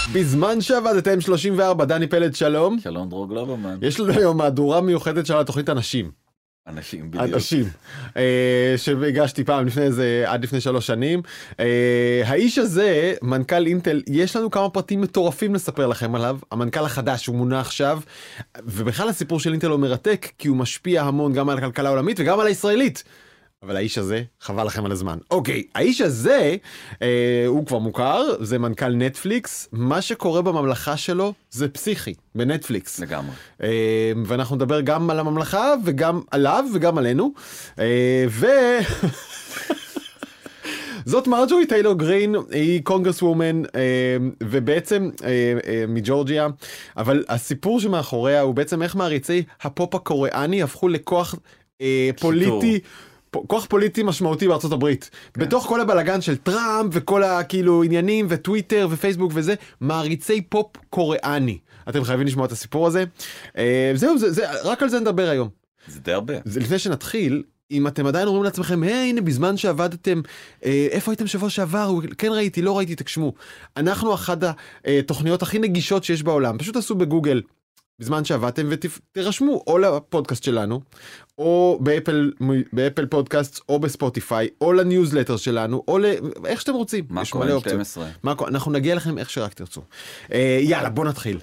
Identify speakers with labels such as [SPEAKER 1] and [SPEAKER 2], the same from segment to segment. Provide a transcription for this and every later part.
[SPEAKER 1] בזמן שעבדתם 34, דני פלד, שלום.
[SPEAKER 2] שלום דרור גלוברמן.
[SPEAKER 1] יש לנו היום מהדורה מיוחדת של התוכנית אנשים.
[SPEAKER 2] אנשים, בדיוק.
[SPEAKER 1] אנשים, שהגשתי פעם לפני זה, עד לפני 3 שנים. האיש הזה, מנכ"ל אינטל, יש לנו כמה פרטים מטורפים לספר לכם עליו. המנכ"ל החדש הוא מונה עכשיו, ובכלל הסיפור של אינטל הוא מרתק, כי הוא משפיע המון גם על הכלכלה העולמית וגם על הישראלית. אבל האיש הזה, חבל לכם על הזמן. אוקיי, האיש הזה, הוא כבר מוכר, זה מנכ"ל נטפליקס. מה שקורה בממלכה שלו זה פסיכי, בנטפליקס.
[SPEAKER 2] לגמרי.
[SPEAKER 1] ואנחנו נדבר גם על הממלכה, וגם עליו, וגם עלינו. זאת מרג'ורי טיילור גרין, היא קונגרס וומן, ובעצם מג'ורג'יה, אבל הסיפור שמאחוריה הוא בעצם איך מעריצי הפופ הקוריאני הפכו לכוח פוליטי, כוח פוליטי משמעותי בארצות הברית. בתוך כל הבלגן של טראמפ וכל הכאילו עניינים וטוויטר ופייסבוק וזה, מעריצי פופ קוריאני. אתם חייבים לשמוע את הסיפור הזה. זהו, רק על זה נדבר היום.
[SPEAKER 2] זה די הרבה.
[SPEAKER 1] לפני שנתחיל, אם אתם עדיין אומרים לעצמכם, הנה בזמן שעבדתם, איפה הייתם שבוע שעבר? כן ראיתי, לא ראיתי, תקשמו. אנחנו אחת התוכניות הכי נגישות שיש בעולם. פשוט עשו בגוגל בזמן שעבדתם ותרשמו או לפודקאסט שלנו, או באפל פודקאסט, או בספוטיפיי, או לניוזלטר שלנו, או איך שאתם רוצים.
[SPEAKER 2] מה קורה עם 12?
[SPEAKER 1] אנחנו נגיע לכם איך שרק תרצו. יאללה, בוא נתחיל.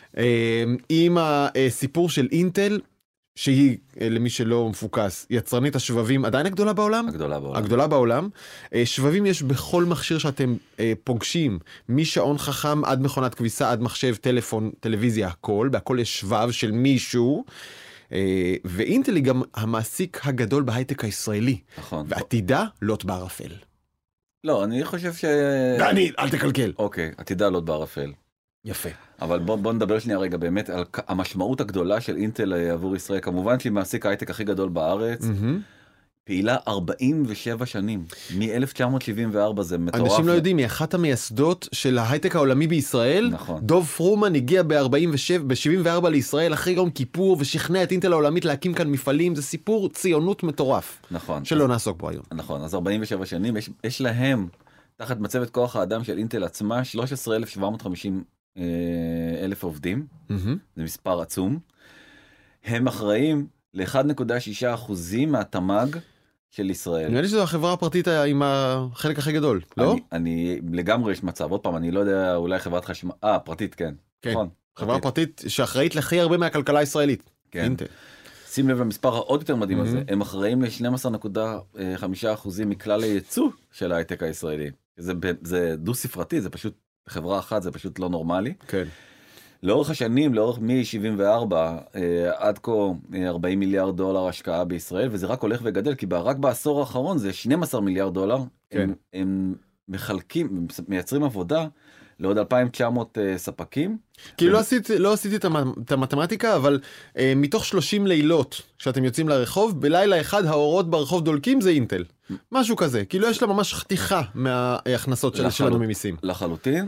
[SPEAKER 1] עם הסיפור של אינטל, שהיא, למי שלא מפוקס, יצרנית השבבים עדיין הגדולה בעולם? הגדולה בעולם. שבבים יש בכל מכשיר שאתם פוגשים, משעון חכם עד מכונת כביסה, עד מחשב, טלפון, טלוויזיה, הכל. בהכל יש שבב של מישהו. ואינטל היא גם המעסיק הגדול בהייטק הישראלי.
[SPEAKER 2] נכון.
[SPEAKER 1] ועתידה לוט בערפל.
[SPEAKER 2] לא, אני חושב
[SPEAKER 1] דני, אל תקלקל.
[SPEAKER 2] אוקיי, עתידה לוט בערפל.
[SPEAKER 1] יפה.
[SPEAKER 2] אבל בוא נדבר שנייה רגע באמת על המשמעות הגדולה של אינטל עבור ישראל. כמובן שהיא מעסיק ההייטק הכי גדול בארץ. פעילה 47 שנים. מ-1974 זה מטורף.
[SPEAKER 1] אנשים לא יודעים, היא אחת המייסדות של ההייטק העולמי בישראל.
[SPEAKER 2] נכון.
[SPEAKER 1] דוב פרומן הגיע ב-74 לישראל אחרי יום כיפור ושכנע את אינטל העולמית להקים כאן מפעלים. זה סיפור ציונות מטורף.
[SPEAKER 2] נכון.
[SPEAKER 1] שלא נעסוק בו היום.
[SPEAKER 2] נכון, אז 47 שנים. יש להם, תחת מצבת כוח האדם של אינטל עצמה, 13,750 אלף עובדים. זה מספר עצום. הם אחראים ל-1.6% מהתמ"ג של ישראל.
[SPEAKER 1] נראה לי שזו החברה הפרטית עם החלק הכי גדול, לא?
[SPEAKER 2] אני לגמרי יש מצב. עוד פעם, אני לא יודע, אולי חברת חשמל, פרטית, כן. נכון.
[SPEAKER 1] חברה פרטית שאחראית לכי הרבה מהכלכלה הישראלית.
[SPEAKER 2] כן. שים לב למספר העוד יותר מדהים הזה. הם אחראים ל-12.5% מכלל הייצוא של ההייטק הישראלי. זה דו ספרתי, זה פשוט חברה אחת, זה פשוט לא נורמלי.
[SPEAKER 1] כן.
[SPEAKER 2] לאורך השנים, לאורך מ-74 עד כה 40 מיליארד דולר השקעה בישראל, וזה רק הולך וגדל, כי רק בעשור האחרון זה 12 מיליארד דולר.
[SPEAKER 1] כן.
[SPEAKER 2] הם מחלקים, מייצרים עבודה לעוד 2,900 ספקים.
[SPEAKER 1] כי לא עשיתי את המתמטיקה, אבל מתוך 30 לילות שאתם יוצאים לרחוב, בלילה אחד האורות ברחוב דולקים זה אינטל. משהו כזה. כאילו יש לה ממש חתיכה מההכנסות שלנו ממיסים.
[SPEAKER 2] לחלוטין,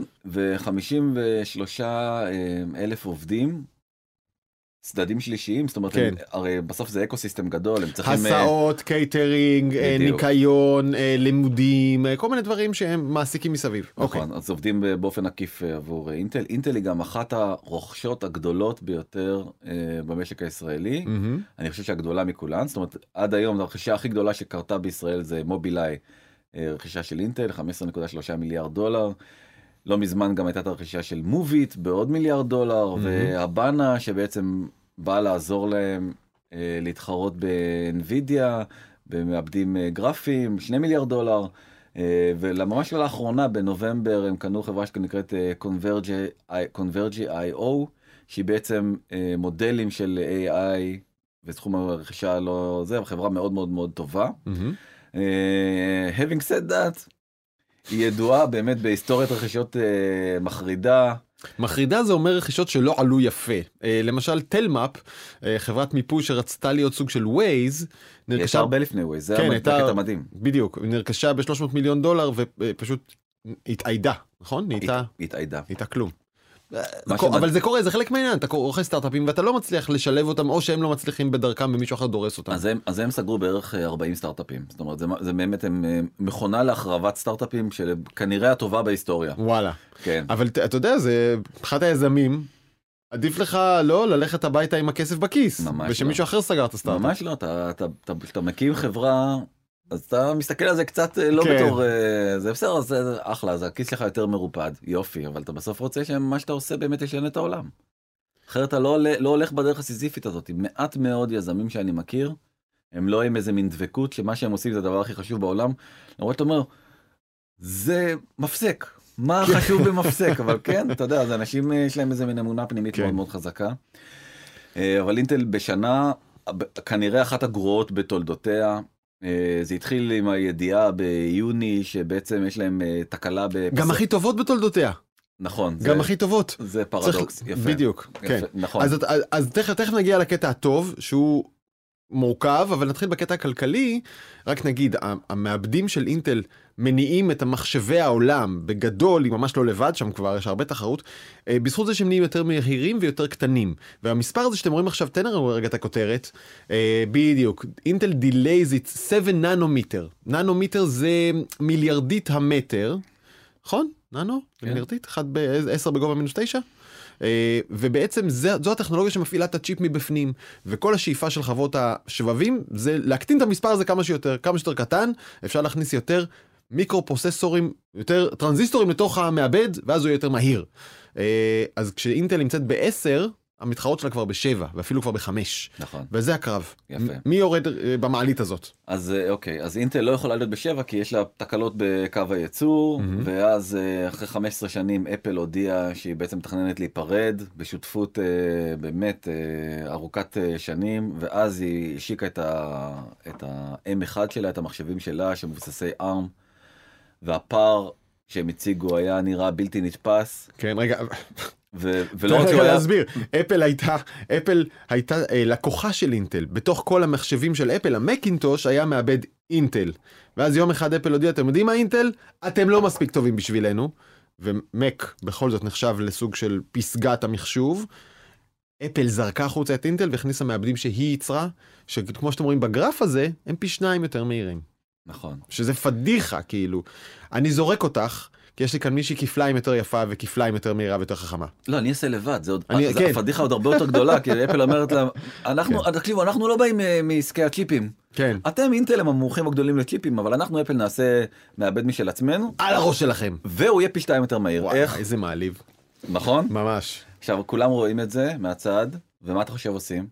[SPEAKER 2] ו-53,000 עובדים, צדדים שלישיים, זאת אומרת, הרי בסוף זה אקוסיסטם גדול, הם צריכים...
[SPEAKER 1] הסעות, קייטרינג, ניקיון, לימודים, כל מיני דברים שהם מעסיקים מסביב.
[SPEAKER 2] נכון, אז עובדים באופן עקיף עבור אינטל. אינטל היא גם אחת הרוכשות הגדולות ביותר במשק הישראלי. אני חושב שהגדולה מכולן, זאת אומרת, עד היום הרכישה הכי גדולה שקרתה בישראל זה מובילאיי, רכישה של אינטל, 15.3 מיליארד דולר. לא מזמן גם הייתה את הרכישה של מוביט בעוד מיליארד דולר, והבאנה שבעצם באה לעזור להם להתחרות באנווידיה, במעבדים גרפיים, 2 מיליארד דולר, ולממש לאחרונה בנובמבר הם קנו חברה שנקראת Converge.io, שהיא בעצם מודלים של AI, ותחום הרכישה לא זה, חברה מאוד מאוד מאוד טובה. Having said that, היא ידועה באמת בהיסטוריית רכישות מחרידה.
[SPEAKER 1] מחרידה זה אומר רכישות שלא עלו יפה. למשל טלמאפ, חברת מיפוי שרצתה להיות סוג של ווייז,
[SPEAKER 2] נרכשה הרבה לפני ווייז, זה היה קטע מדהים.
[SPEAKER 1] בדיוק, נרכשה ב$300 מיליון ופשוט התאיידה, נכון?
[SPEAKER 2] התאיידה.
[SPEAKER 1] נהייתה כלום. אבל זה קורה, זה חלק מהעניין, אתה רוכש סטארט-אפים ואתה לא מצליח לשלב אותם, או שהם לא מצליחים בדרכם ומישהו אחר דורס אותם.
[SPEAKER 2] אז הם סגרו בערך 40 סטארט-אפים, זאת אומרת, זה באמת מכונה להחרבת סטארט-אפים שכנראה הטובה בהיסטוריה.
[SPEAKER 1] וואלה.
[SPEAKER 2] כן.
[SPEAKER 1] אבל אתה יודע, זה אחד היזמים, עדיף לך לא ללכת הביתה עם הכסף בכיס, ושמישהו אחר סגר את הסטארט-אפ.
[SPEAKER 2] ממש לא, אתה מקים חברה, אז אתה מסתכל על זה קצת לא בתור, זה בסדר, זה אחלה, זה הכיס שלך יותר מרופד, יופי, אבל אתה בסוף רוצה שמה שאתה עושה באמת ישנה את העולם. אחרת אתה לא הולך בדרך הסיזיפית הזאת. מעט מאוד יזמים שאני מכיר, הם לא עם איזה מין דבקות, שמה שהם עושים זה הדבר הכי חשוב בעולם. למרות אתה אומר, זה מפסק. מה חשוב במפסק? אבל כן, אתה יודע, אז אנשים יש להם איזה מין אמונה פנימית מאוד מאוד חזקה. אבל אינטל בשנה, כנראה אחת הגרועות בתולדותיה, זה התחיל עם הידיעה ביוני, שבעצם יש להם תקלה
[SPEAKER 1] גם הכי טובות בתולדותיה.
[SPEAKER 2] נכון.
[SPEAKER 1] גם הכי טובות.
[SPEAKER 2] זה פרדוקס, יפה.
[SPEAKER 1] בדיוק, כן.
[SPEAKER 2] נכון.
[SPEAKER 1] אז תכף נגיע לקטע הטוב, שהוא מורכב, אבל נתחיל בקטע הכלכלי. רק נגיד, המעבדים של אינטל מניעים את המחשבי העולם בגדול, היא ממש לא לבד, שם כבר יש הרבה תחרות, בזכות זה שהם נהיים יותר מהירים ויותר קטנים. והמספר הזה שאתם רואים עכשיו, תן לנו רגע את הכותרת, בדיוק, אינטל delays it 7 ננומטר. ננומטר זה מיליארדית המטר, נכון? ננו? כן. מיליארדית? 1 ב-10 בגובה מינוס 9? ובעצם זו הטכנולוגיה שמפעילה את הצ'יפ מבפנים, וכל השאיפה של חברות השבבים זה להקטין את המספר הזה כמה שיותר קטן, אפשר להכניס יותר מיקרו-פרוססורים, יותר טרנזיסטורים לתוך המעבד, ואז הוא יהיה יותר מהיר. אז כשאינטל נמצאת ב-10, המתחרות שלה כבר ב7, ואפילו כבר ב5.
[SPEAKER 2] נכון.
[SPEAKER 1] וזה הקרב.
[SPEAKER 2] יפה.
[SPEAKER 1] מי יורד במעלית הזאת?
[SPEAKER 2] אז אוקיי, אז אינטל לא יכולה להיות ב7, כי יש לה תקלות בקו הייצור, ואז אחרי 15 שנים אפל הודיעה שהיא בעצם מתכננת להיפרד, בשותפות באמת ארוכת שנים, ואז היא השיקה את ה-M1 שלה, את המחשבים שלה, שמבוססי ARM, והפער שהם הציגו היה נראה בלתי נתפס.
[SPEAKER 1] כן, רגע.
[SPEAKER 2] ולא רק שהוא היה...
[SPEAKER 1] להסביר, אפל הייתה לקוחה של אינטל, בתוך כל המחשבים של אפל, המקינטוש היה מעבד אינטל, ואז יום אחד אפל הודיע, אתם יודעים מה אינטל? אתם לא מספיק טובים בשבילנו, ומק בכל זאת נחשב לסוג של פסגת המחשוב, אפל זרקה חוצה את אינטל והכניסה מעבדים שהיא ייצרה, שכמו שאתם רואים בגרף הזה, הם פי 2 יותר מהירים.
[SPEAKER 2] נכון.
[SPEAKER 1] שזה פדיחה, כאילו. אני זורק אותך, כי יש לי כאן מישהי כפליים יותר יפה וכפליים יותר מהירה ויותר חכמה.
[SPEAKER 2] לא, אני אעשה לבד, הפדיחה עוד הרבה יותר גדולה, כי אפל אומרת לה, תקשיבו, אנחנו לא באים מעסקי הצ'יפים.
[SPEAKER 1] כן.
[SPEAKER 2] אתם אינטל הם המומחים הגדולים לצ'יפים, אבל אנחנו אפל נעשה מעבד משל עצמנו.
[SPEAKER 1] על הראש שלכם.
[SPEAKER 2] והוא יהיה פי 2 יותר מהיר.
[SPEAKER 1] איך? איזה מעליב.
[SPEAKER 2] נכון?
[SPEAKER 1] ממש.
[SPEAKER 2] עכשיו, כולם רואים את זה מהצד, ומה אתה חושב עושים?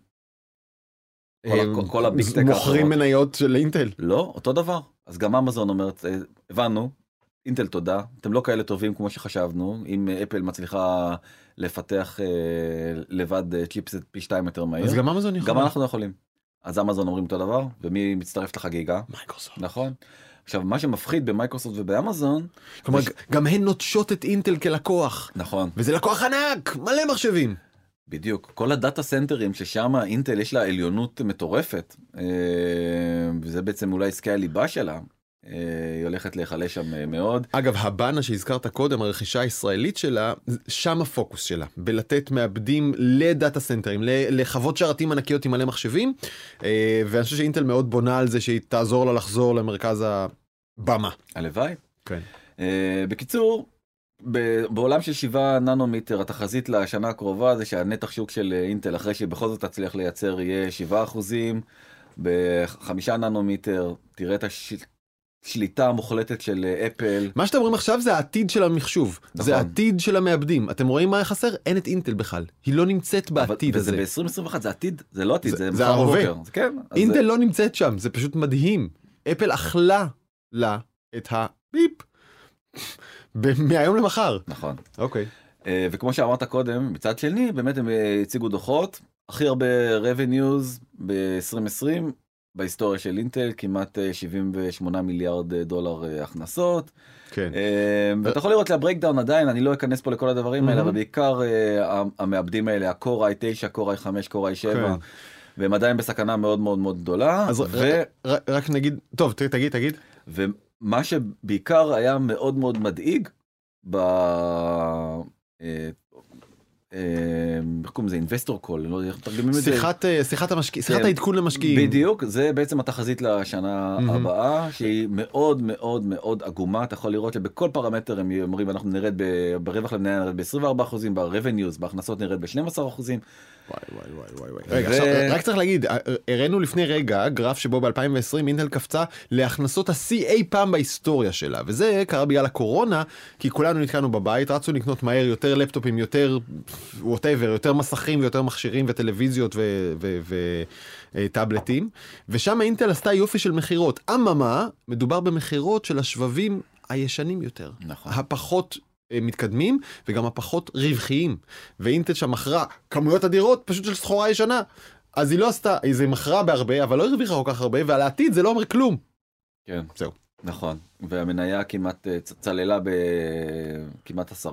[SPEAKER 2] כל הביג טק האחרות.
[SPEAKER 1] מוכרים מניות של אינטל.
[SPEAKER 2] לא, אותו דבר. אז גם אמזון אומרת, הבנו, אינטל תודה, אתם לא כאלה טובים כמו שחשבנו, אם אפל מצליחה לפתח לבד צ'יפסט פי 2 יותר מהיר.
[SPEAKER 1] אז גם אמזון יכולה.
[SPEAKER 2] גם אנחנו יכולים. אז אמזון אומרים אותו דבר, ומי מצטרף לחגיגה?
[SPEAKER 1] מייקרוסופט.
[SPEAKER 2] נכון. עכשיו, מה שמפחיד במייקרוסופט ובאמזון...
[SPEAKER 1] כלומר, גם הן נוטשות את אינטל כלקוח.
[SPEAKER 2] נכון.
[SPEAKER 1] וזה לקוח ענק, מלא מחשבים.
[SPEAKER 2] בדיוק. כל הדאטה סנטרים ששם אינטל יש לה עליונות מטורפת, וזה בעצם אולי עסקי הליבה שלה, היא הולכת להיחלש שם מאוד.
[SPEAKER 1] אגב, הבאנה שהזכרת קודם, הרכישה הישראלית שלה, שם הפוקוס שלה, בלתת מעבדים לדאטה סנטרים, לחוות שרתים ענקיות עם מלא מחשבים, ואני חושב שאינטל מאוד בונה על זה שהיא תעזור לה לחזור למרכז הבמה.
[SPEAKER 2] הלוואי.
[SPEAKER 1] כן.
[SPEAKER 2] בקיצור, בעולם של 7 ננומטר, התחזית לשנה הקרובה זה שהנתח שוק של אינטל, אחרי שבכל זאת תצליח לייצר, יהיה 7%, ב5 ננומטר, תראה את שליטה מוחלטת של אפל.
[SPEAKER 1] מה שאתם רואים עכשיו זה העתיד של המחשוב. נכון. זה העתיד של המעבדים. אתם רואים מה חסר? אין את אינטל בכלל. היא לא נמצאת בעתיד הזה.
[SPEAKER 2] וזה ב-2021, זה עתיד, זה לא עתיד,
[SPEAKER 1] זה הרבה.
[SPEAKER 2] כן,
[SPEAKER 1] אינטל לא נמצאת שם, זה פשוט מדהים. אפל אכלה לה את הביפ מהיום למחר.
[SPEAKER 2] נכון.
[SPEAKER 1] אוקיי.
[SPEAKER 2] וכמו שאמרת קודם, מצד שני, באמת הם הציגו דוחות, הכי הרבה revenues ב-2020, בהיסטוריה של אינטל, כמעט 78 מיליארד דולר הכנסות.
[SPEAKER 1] כן.
[SPEAKER 2] ואתה יכול לראות לברייקדאון עדיין, אני לא אכנס פה לכל הדברים האלה, אבל בעיקר המעבדים האלה, ה-Core i9, Core i5, Core i7, והם עדיין בסכנה מאוד מאוד מאוד גדולה.
[SPEAKER 1] אז רק נגיד, טוב, תגיד.
[SPEAKER 2] ומה שבעיקר היה מאוד מאוד מדאיג, איך קוראים לזה, אינבסטור קול, לא יודע איך תרגמים את זה.
[SPEAKER 1] שיחת העדכון למשקיעים.
[SPEAKER 2] בדיוק, זה בעצם התחזית לשנה הבאה, שהיא מאוד מאוד מאוד עגומה, אתה יכול לראות שבכל פרמטר הם אומרים, אנחנו נרד ברווח למניה נרד ב-24%, ב-revenues, בהכנסות נרד ב-12%.
[SPEAKER 1] וואי. רגע, עכשיו, רק צריך להגיד, הראינו לפני רגע גרף שבו ב-2020 אינטל קפצה להכנסות ה-C אי פעם בהיסטוריה שלה, וזה קרה בגלל הקורונה, כי כולנו נתקענו בבית, רצו לקנות מהר יותר לפטופים, יותר whatever, יותר מסכים ויותר מכשירים וטלוויזיות וטאבלטים, ושם אינטל עשתה יופי של מחירות. אממה, מדובר במחירות של השבבים הישנים יותר.
[SPEAKER 2] נכון.
[SPEAKER 1] הפחות מתקדמים וגם הפחות רווחיים. ואינטל שם מכרה כמויות אדירות פשוט של סחורה ישנה. אז היא לא עשתה, היא מכרה בהרבה, אבל לא הרוויחה כל כך הרבה, ועל העתיד זה לא אומר כלום.
[SPEAKER 2] כן.
[SPEAKER 1] זהו.
[SPEAKER 2] נכון. והמניה כמעט צללה בכמעט 10%.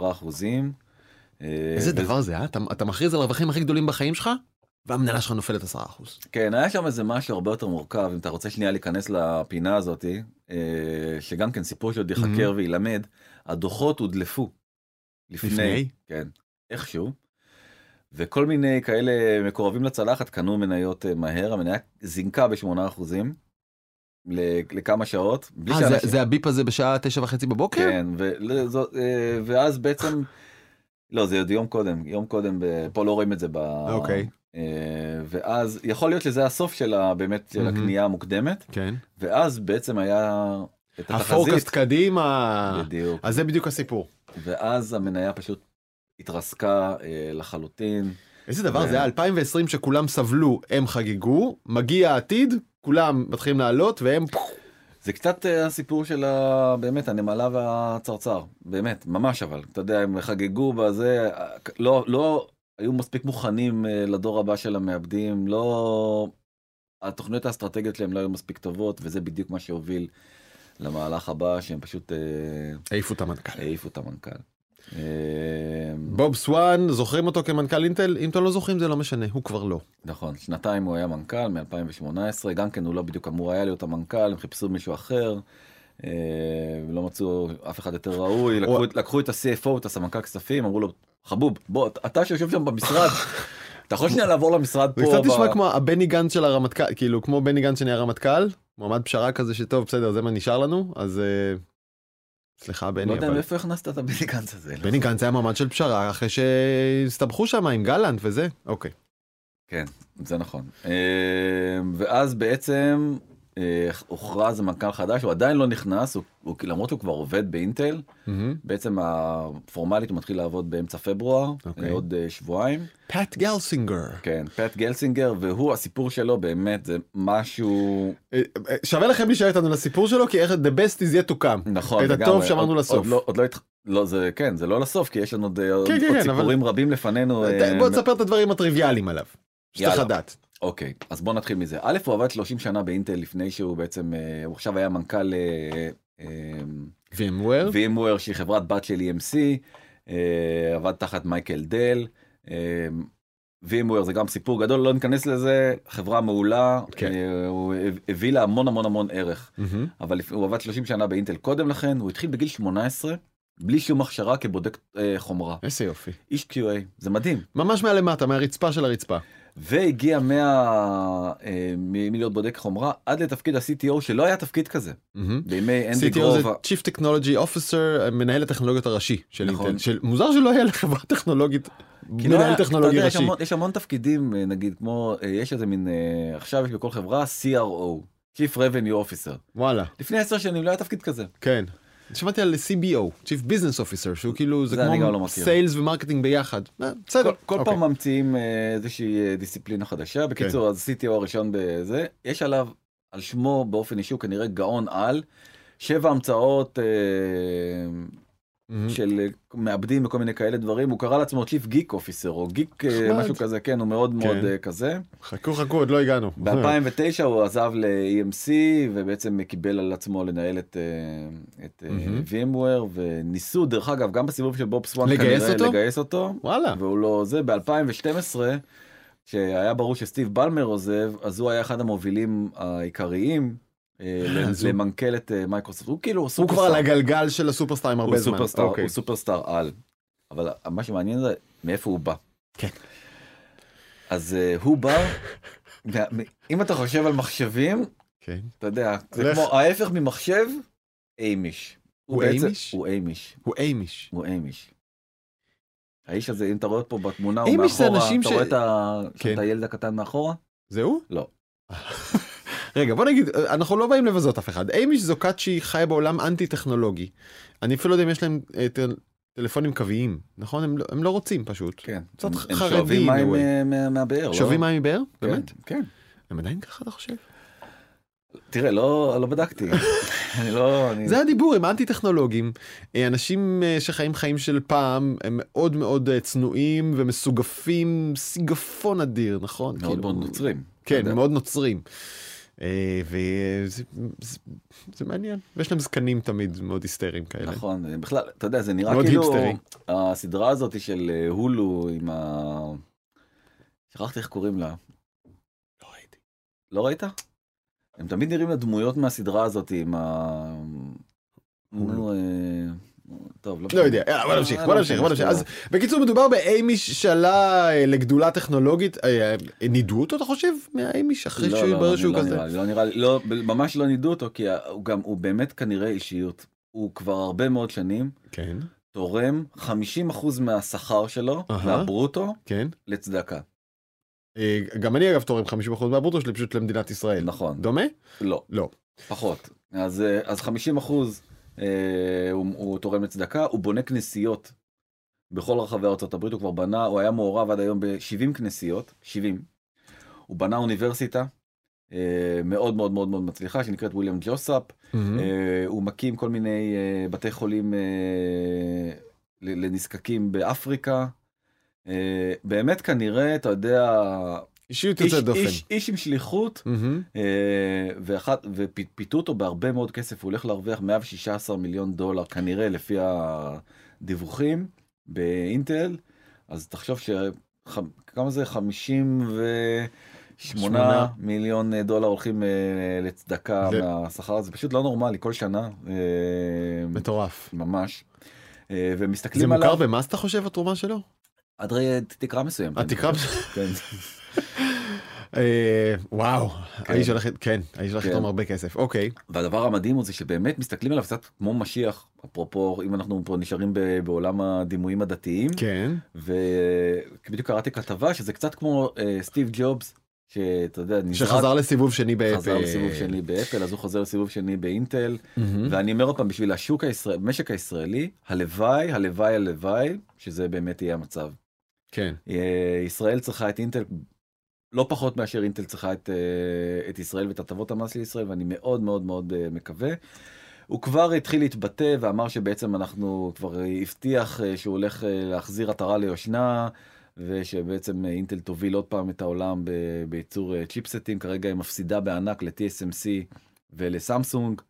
[SPEAKER 1] איזה דבר זה, אתה מכריז על הרווחים הכי גדולים בחיים שלך, והמניה שלך נופלת 10%.
[SPEAKER 2] כן, היה שם איזה משהו הרבה יותר מורכב, אם אתה רוצה שנייה להיכנס לפינה הזאת, שגם כן סיפור שעוד יחקר וילמד, הדוחות הודלפו. לפני? כן, איכשהו. וכל מיני כאלה מקורבים לצלחת קנו מניות מהר, המניה זינקה ב8%. לכמה שעות.
[SPEAKER 1] זה הביפ הזה בשעה 9:30 בבוקר?
[SPEAKER 2] כן, ואז בעצם, לא, זה עוד יום קודם, פה לא רואים את זה
[SPEAKER 1] אוקיי.
[SPEAKER 2] ואז יכול להיות שזה הסוף של באמת של הקנייה המוקדמת,
[SPEAKER 1] כן.
[SPEAKER 2] ואז בעצם היה את התחזית.
[SPEAKER 1] הפורקאסט קדימה.
[SPEAKER 2] בדיוק.
[SPEAKER 1] אז זה בדיוק הסיפור.
[SPEAKER 2] ואז המניה פשוט התרסקה לחלוטין.
[SPEAKER 1] איזה דבר זה היה 2020 שכולם סבלו, הם חגיגו, מגיע העתיד, כולם מתחילים לעלות והם...
[SPEAKER 2] זה קצת הסיפור של באמת הנמלה והצרצר, באמת, ממש אבל. אתה יודע, הם חגגו בזה, לא היו מספיק מוכנים לדור הבא של המעבדים, לא... התוכניות האסטרטגיות שלהם לא היו מספיק טובות, וזה בדיוק מה שהוביל למהלך הבא, שהם פשוט...
[SPEAKER 1] העיפו את המנכ"ל.
[SPEAKER 2] העיפו את המנכ"ל.
[SPEAKER 1] בוב סואן, זוכרים אותו כמנכ"ל אינטל? אם אתם לא זוכרים זה לא משנה, הוא כבר לא.
[SPEAKER 2] נכון, שנתיים הוא היה מנכ"ל מ-2018, גם כן הוא לא בדיוק אמור היה להיות המנכ"ל, הם חיפשו מישהו אחר, ולא מצאו אף אחד יותר ראוי, לקחו את ה-CFO, את הסמנכ"ל כספים, אמרו לו, חבוב, בוא, אתה שיושב שם במשרד, אתה יכול שנייה לעבור למשרד פה.
[SPEAKER 1] זה קצת נשמע כמו הבני גנץ של הרמטכ"ל, כאילו כמו בני גנץ שנהיה רמטכ"ל, מועמד פשרה כזה שטוב, בסדר, זה מה נשאר לנו, אז... סליחה בני,
[SPEAKER 2] לא יודע מאיפה הכנסת את הבני גנץ הזה.
[SPEAKER 1] בני גנץ היה מעמד של פשרה אחרי שהסתבכו שם עם גלנט וזה, אוקיי.
[SPEAKER 2] כן, זה נכון. ואז בעצם הוכרז מנכ"ל חדש, הוא עדיין לא נכנס, למרות שהוא כבר עובד באינטל, בעצם הפורמלית הוא מתחיל לעבוד באמצע פברואר, עוד שבועיים.
[SPEAKER 1] פאט גלסינגר.
[SPEAKER 2] כן, פאט גלסינגר, והוא, הסיפור שלו באמת זה משהו...
[SPEAKER 1] שווה לכם להישאר איתנו לסיפור שלו, כי the best is yet to come.
[SPEAKER 2] נכון,
[SPEAKER 1] את הטוב שמרנו לסוף.
[SPEAKER 2] לא, זה כן, זה לא לסוף, כי יש לנו עוד סיפורים רבים לפנינו.
[SPEAKER 1] בוא תספר את הדברים הטריוויאליים עליו, שצריך לדעת.
[SPEAKER 2] אוקיי, אז בוא נתחיל מזה. א', הוא עבד 30 שנה באינטל לפני שהוא בעצם, הוא עכשיו היה מנכ"ל VMware, שהיא חברת בת של EMC, עבד תחת מייקל דל, VMware זה גם סיפור גדול, לא ניכנס לזה, חברה מעולה, הוא הביא לה המון המון המון ערך, אבל הוא עבד 30 שנה באינטל קודם לכן, הוא התחיל בגיל 18, בלי שום הכשרה כבודק חומרה.
[SPEAKER 1] איזה יופי.
[SPEAKER 2] איש QA, זה מדהים.
[SPEAKER 1] ממש מהלמטה, מהרצפה של הרצפה.
[SPEAKER 2] והגיע מלהיות בודק חומרה עד לתפקיד ה-CTO שלא היה תפקיד כזה. בימי אנדי גרובה.
[SPEAKER 1] CTO זה Chief Technology Officer, מנהל הטכנולוגיות הראשי של אינטל. מוזר שלא היה לחברה טכנולוגית, מנהל טכנולוגי ראשי.
[SPEAKER 2] יש המון תפקידים, נגיד, כמו, יש איזה מין, עכשיו יש בכל חברה CRO, Chief Revenue Officer.
[SPEAKER 1] וואלה.
[SPEAKER 2] לפני 10 שנים לא היה תפקיד כזה.
[SPEAKER 1] כן. שמעתי על CBO, Chief Business Officer, שהוא כאילו, זה כמו סיילס ומרקטינג ביחד. בסדר.
[SPEAKER 2] כל פעם ממציאים איזושהי דיסציפלינה חדשה. בקיצור, אז CTO הראשון בזה, יש עליו, על שמו באופן אישי, כנראה גאון על, 7 המצאות של מעבדים וכל מיני כאלה דברים. הוא קרא לעצמו Chief Geek Officer, או Geek משהו כזה, כן, הוא מאוד מאוד כזה.
[SPEAKER 1] חכו, עוד לא הגענו.
[SPEAKER 2] ב-2009 הוא עזב ל-EMC, ובעצם קיבל על עצמו לנהל את VMware, וניסו, דרך אגב, גם בסיבוב של בוב סואן כנראה לגייס אותו.
[SPEAKER 1] וואלה.
[SPEAKER 2] והוא לא זה, ב-2012, שהיה ברור שסטיב בלמר עוזב, אז הוא היה אחד המובילים העיקריים, למנכ"ל את מייקרוסופט. הוא כאילו
[SPEAKER 1] הוא כבר על הגלגל של הסופרסטאר עם הרבה זמן.
[SPEAKER 2] הוא סופרסטאר על. אבל מה שמעניין זה מאיפה הוא בא.
[SPEAKER 1] כן.
[SPEAKER 2] אז הוא בא, אם אתה חושב על מחשבים,
[SPEAKER 1] כן.
[SPEAKER 2] אתה יודע, זה כמו ההפך ממחשב, אימיש.
[SPEAKER 1] הוא אימיש?
[SPEAKER 2] הוא אימיש.
[SPEAKER 1] הוא אימיש.
[SPEAKER 2] הוא אימיש. האיש הזה, אם אתה רואה פה בתמונה, הוא
[SPEAKER 1] אימיש זה
[SPEAKER 2] מאחורה,
[SPEAKER 1] אנשים
[SPEAKER 2] אתה רואה את הילד הקטן מאחורה?
[SPEAKER 1] זהו?
[SPEAKER 2] לא.
[SPEAKER 1] רגע, בוא נגיד, אנחנו לא באים לבזות אף אחד. אימיש זו כת שהיא חיה בעולם אנטי-טכנולוגי. אני אפילו לא יודע אם יש להם טלפונים קוויים, נכון? הם לא רוצים פשוט.
[SPEAKER 2] כן.
[SPEAKER 1] קצת
[SPEAKER 2] הם
[SPEAKER 1] חרדים.
[SPEAKER 2] שואבים מים מהבאר.
[SPEAKER 1] שואבים מים מבאר?
[SPEAKER 2] כן,
[SPEAKER 1] באמת?
[SPEAKER 2] כן.
[SPEAKER 1] הם עדיין ככה, אתה חושב?
[SPEAKER 2] תראה, לא בדקתי.
[SPEAKER 1] זה הדיבור, הם אנטי-טכנולוגים. אנשים שחיים חיים של פעם, הם מאוד מאוד צנועים ומסוגפים, סיגפון אדיר, נכון?
[SPEAKER 2] מאוד מאוד נוצרים.
[SPEAKER 1] כן, מאוד נוצרים. וזה מעניין. ויש להם זקנים תמיד מאוד היסטריים כאלה.
[SPEAKER 2] נכון, בכלל, אתה יודע, זה נראה
[SPEAKER 1] מאוד
[SPEAKER 2] כאילו,
[SPEAKER 1] היפסטרי.
[SPEAKER 2] הסדרה הזאת של הולו עם שכחתי איך קוראים לה.
[SPEAKER 1] לא ראיתי.
[SPEAKER 2] לא ראית? הם תמיד נראים לדמויות מהסדרה הזאת עם טוב,
[SPEAKER 1] לא יודע, בוא נמשיך. אז בקיצור מדובר באימיש שעלה לגדולה טכנולוגית. נידו אותו, אתה חושב, מהאימיש אחרי שהוא יתברר שהוא כזה?
[SPEAKER 2] לא נראה לי, ממש לא נידו אותו, כי הוא באמת כנראה אישיות. הוא כבר הרבה מאוד שנים תורם 50% מהשכר שלו, מהברוטו, לצדקה.
[SPEAKER 1] גם אני אגב תורם 50% מהברוטו שלי פשוט למדינת ישראל.
[SPEAKER 2] נכון.
[SPEAKER 1] דומה?
[SPEAKER 2] לא. פחות. אז 50% הוא תורם לצדקה, הוא בונה כנסיות בכל רחבי ארצות הברית, הוא כבר בנה, הוא היה מעורב עד היום ב-70 כנסיות, 70. הוא בנה אוניברסיטה מאוד מאוד מאוד מאוד מצליחה, שנקראת וויליאם ג'וסאפ. הוא מקים כל מיני בתי חולים לנזקקים באפריקה. באמת כנראה, אתה יודע, איש עם שליחות, ופיתו אותו בהרבה מאוד כסף, הוא הולך להרוויח $116 מיליון, כנראה לפי הדיווחים באינטל. אז תחשוב כמה זה? 58 מיליון דולר הולכים לצדקה מהשכר הזה, פשוט לא נורמלי, כל שנה.
[SPEAKER 1] מטורף.
[SPEAKER 2] ממש. ומסתכלים עליו.
[SPEAKER 1] זה מוכר במס, אתה חושב, התרומה שלו?
[SPEAKER 2] עד תקרה מסוים.
[SPEAKER 1] התקרה מסוים. וואו, האיש הולך לתרום הרבה כסף, אוקיי.
[SPEAKER 2] והדבר המדהים הוא זה שבאמת מסתכלים עליו קצת כמו משיח, אפרופו אם אנחנו פה נשארים בעולם הדימויים הדתיים, ובדיוק קראתי כתבה שזה קצת כמו סטיב ג'ובס, שאתה יודע,
[SPEAKER 1] שחזר לסיבוב שני באפל.
[SPEAKER 2] חזר לסיבוב שני באפל, אז הוא חוזר לסיבוב שני באינטל, ואני אומר עוד פעם, בשביל השוק הישראלי, המשק הישראלי, הלוואי, שזה באמת יהיה המצב.
[SPEAKER 1] כן.
[SPEAKER 2] ישראל צריכה את אינטל, לא פחות מאשר אינטל צריכה את ישראל ואת הטבות המס לישראל, ואני מאוד מאוד מאוד מקווה. הוא כבר התחיל להתבטא ואמר שבעצם אנחנו כבר הבטיח שהוא הולך להחזיר עטרה ליושנה, ושבעצם אינטל תוביל עוד פעם את העולם בייצור צ'יפסטים. כרגע היא מפסידה בענק ל-TSMC ולסמסונג.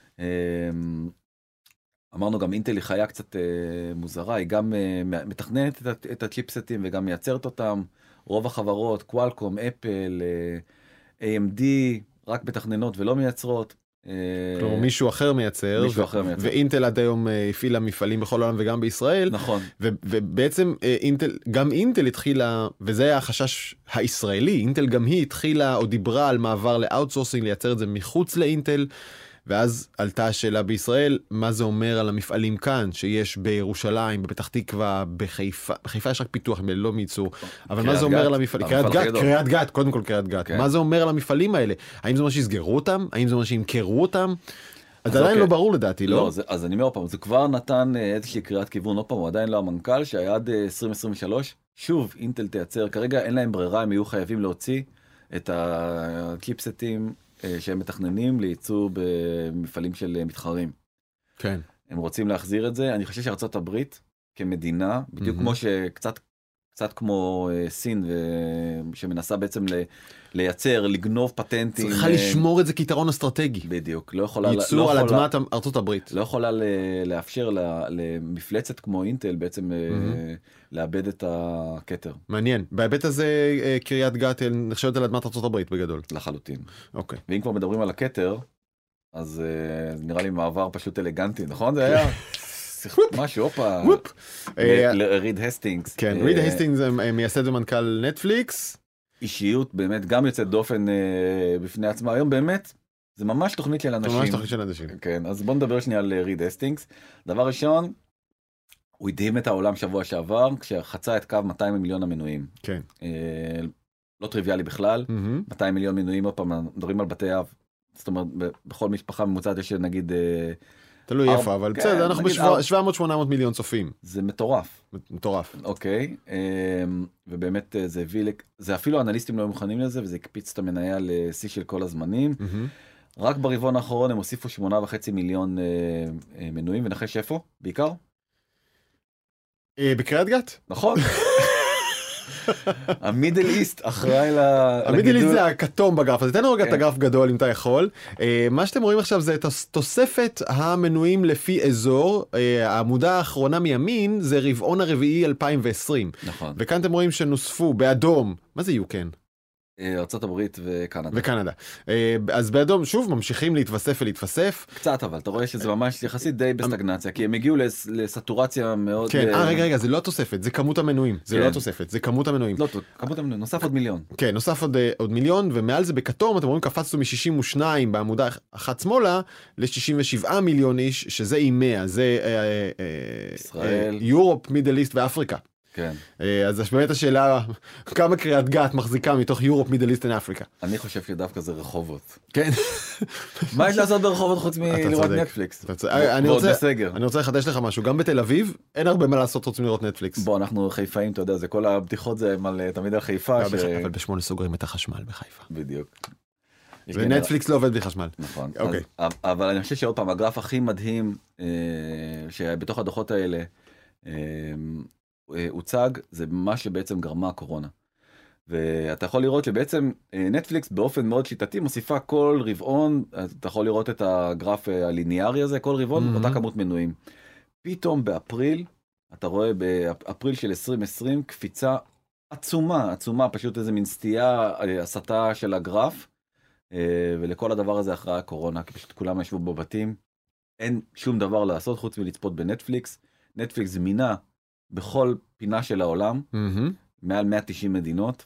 [SPEAKER 2] אמרנו גם אינטל היא חיה קצת מוזרה, היא גם מתכננת את הצ'יפסטים וגם מייצרת אותם. רוב החברות, קואלקום, אפל, AMD, רק מתכננות ולא מייצרות.
[SPEAKER 1] כלומר, מישהו אחר מייצר, ואינטל עד היום הפעילה מפעלים בכל העולם וגם בישראל.
[SPEAKER 2] נכון.
[SPEAKER 1] ובעצם גם אינטל התחילה, וזה היה החשש הישראלי, אינטל גם היא התחילה או דיברה על מעבר לאוטסורסינג, לייצר את זה מחוץ לאינטל, ואז עלתה השאלה בישראל, מה זה אומר על המפעלים כאן, שיש בירושלים, בפתח תקווה, בחיפה יש רק פיתוח, לא מייצור, אבל מה זה אומר על המפעלים, קריית גת, קודם כל קריית גת, מה זה אומר על המפעלים האלה? האם זה אומר שיסגרו אותם? האם זה אומר שימכרו אותם? אז עדיין לא ברור לדעתי, לא?
[SPEAKER 2] אז אני אומר פעם, זה כבר נתן איזושהי קריאת כיוון, עוד פעם, הוא עדיין לא המנכ"ל, שהיה עד 2023, שוב, אינטל תייצר, כרגע אין להם ברירה, הם יהיו חייבים להוציא את הצ'יפסטים, שהם מתכננים לייצור במפעלים של מתחרים.
[SPEAKER 1] כן.
[SPEAKER 2] הם רוצים להחזיר את זה. אני חושב שארצות הברית כמדינה, בדיוק כמו קצת כמו סין, שמנסה בעצם לייצר, לגנוב פטנטים.
[SPEAKER 1] צריכה לשמור את זה כיתרון אסטרטגי.
[SPEAKER 2] בדיוק. לא יכולה...
[SPEAKER 1] ייצור על אדמת ארצות הברית.
[SPEAKER 2] לא יכולה לאפשר למפלצת כמו אינטל בעצם לאבד את הכתר.
[SPEAKER 1] מעניין. בהיבט הזה קריית גת נחשבת על אדמת ארצות הברית בגדול.
[SPEAKER 2] לחלוטין.
[SPEAKER 1] אוקיי.
[SPEAKER 2] ואם כבר מדברים על הכתר, אז נראה לי מעבר פשוט אלגנטי, נכון? זה היה... משהו, הופה. לריד הסטינגס.
[SPEAKER 1] כן, ריד הסטינגס מייסד ומנכ"ל נטפליקס.
[SPEAKER 2] אישיות באמת גם יוצאת דופן בפני עצמה. היום באמת, זה ממש תוכנית של אנשים.
[SPEAKER 1] ממש תוכנית של אנשים.
[SPEAKER 2] כן, אז בוא נדבר שנייה על ריד הסטינגס. דבר ראשון, הוא הדהים את העולם שבוע שעבר, כשחצה את קו 200 מיליון המנויים.
[SPEAKER 1] כן.
[SPEAKER 2] לא טריוויאלי בכלל, 200 מיליון מנויים, עוד פעם, מדברים על בתי אב. זאת אומרת, בכל משפחה ממוצעת יש נגיד...
[SPEAKER 1] תלוי איפה, אבל בסדר, אנחנו ב-700-800 מיליון צופים.
[SPEAKER 2] זה מטורף.
[SPEAKER 1] מטורף.
[SPEAKER 2] אוקיי, ובאמת זה הביא, זה אפילו אנליסטים לא היו מוכנים לזה, וזה הקפיץ את המניה לשיא של כל הזמנים. רק ברבעון האחרון הם הוסיפו 8.5 מיליון מנויים, ונחש איפה? בעיקר?
[SPEAKER 1] בקריית גת?
[SPEAKER 2] נכון. המידל איסט אחראי
[SPEAKER 1] המידל איסט זה הכתום בגרף, אז תן לנו רגע את הגרף גדול אם אתה יכול. מה שאתם רואים עכשיו זה את תוספת המנויים לפי אזור, העמודה האחרונה מימין זה רבעון הרביעי 2020.
[SPEAKER 2] נכון.
[SPEAKER 1] וכאן אתם רואים שנוספו באדום, מה זה יוקן?
[SPEAKER 2] ארצות הברית וקנדה.
[SPEAKER 1] וקנדה. אז באדום שוב ממשיכים להתווסף ולהתווסף.
[SPEAKER 2] קצת אבל, אתה רואה שזה ממש יחסית די בסטגנציה, כי הם הגיעו לסטורציה מאוד...
[SPEAKER 1] כן, רגע, זה לא תוספת, זה כמות המנויים. זה לא תוספת, זה כמות המנויים.
[SPEAKER 2] לא, כמות המנויים, נוסף עוד מיליון.
[SPEAKER 1] כן, נוסף עוד מיליון, ומעל זה בכתום, אתם רואים, קפצנו מ-62 בעמודה אחת שמאלה, ל-67 מיליון איש, שזה עם 100, זה
[SPEAKER 2] ישראל,
[SPEAKER 1] יורופ, מידל איסט ואפריקה.
[SPEAKER 2] כן.
[SPEAKER 1] אז באמת השאלה, כמה קריית גת מחזיקה מתוך יורופ, מידל איסט ואפריקה?
[SPEAKER 2] אני חושב שדווקא זה רחובות.
[SPEAKER 1] כן.
[SPEAKER 2] מה יש לעשות ברחובות חוץ מלראות נטפליקס?
[SPEAKER 1] אני רוצה לחדש לך משהו, גם בתל אביב אין הרבה מה לעשות חוץ מלראות נטפליקס.
[SPEAKER 2] בוא, אנחנו חיפאים, אתה יודע, זה כל הבדיחות זה תמיד על חיפה.
[SPEAKER 1] אבל ב8 סוגרים את החשמל בחיפה.
[SPEAKER 2] בדיוק.
[SPEAKER 1] ונטפליקס לא עובד בלי חשמל.
[SPEAKER 2] נכון. אבל אני חושב שעוד פעם, הגרף הכי מדהים שבתוך הדוחות האלה, הוצג, זה מה שבעצם גרמה הקורונה. ואתה יכול לראות שבעצם נטפליקס באופן מאוד שיטתי מוסיפה כל רבעון, אתה יכול לראות את הגרף הליניארי הזה, כל רבעון אותה כמות מנויים. פתאום באפריל, אתה רואה באפריל של 2020 קפיצה עצומה, עצומה, פשוט איזה מין סטייה, הסתה של הגרף, ולכל הדבר הזה אחרי הקורונה, כי פשוט כולם ישבו בבתים, אין שום דבר לעשות חוץ מלצפות בנטפליקס. נטפליקס זמינה בכל פינה של העולם, מעל 190 מדינות.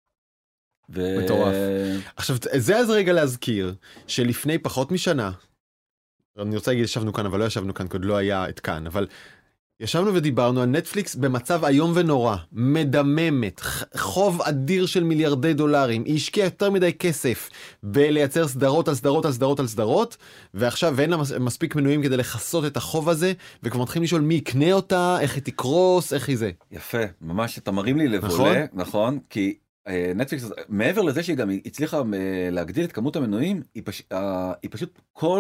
[SPEAKER 1] מטורף. עכשיו, זה אז רגע להזכיר, שלפני פחות משנה, אני רוצה להגיד, ישבנו כאן, אבל לא ישבנו כאן, כי עוד לא היה את כאן, אבל ישבנו ודיברנו על נטפליקס במצב איום ונורא, מדממת, חוב אדיר של מיליארדי דולרים, היא השקיעה יותר מדי כסף בלייצר סדרות על סדרות על סדרות על סדרות, ועכשיו ואין לה מספיק מנויים כדי לחסות את החוב הזה, וכבר מתחילים לשאול מי יקנה אותה, איך היא תקרוס, איך היא זה.
[SPEAKER 2] יפה, ממש אתה מרים לי לבולה, נכון? כי נטפליקס, מעבר לזה שהיא גם הצליחה להגדיל את כמות המנויים, היא פשוט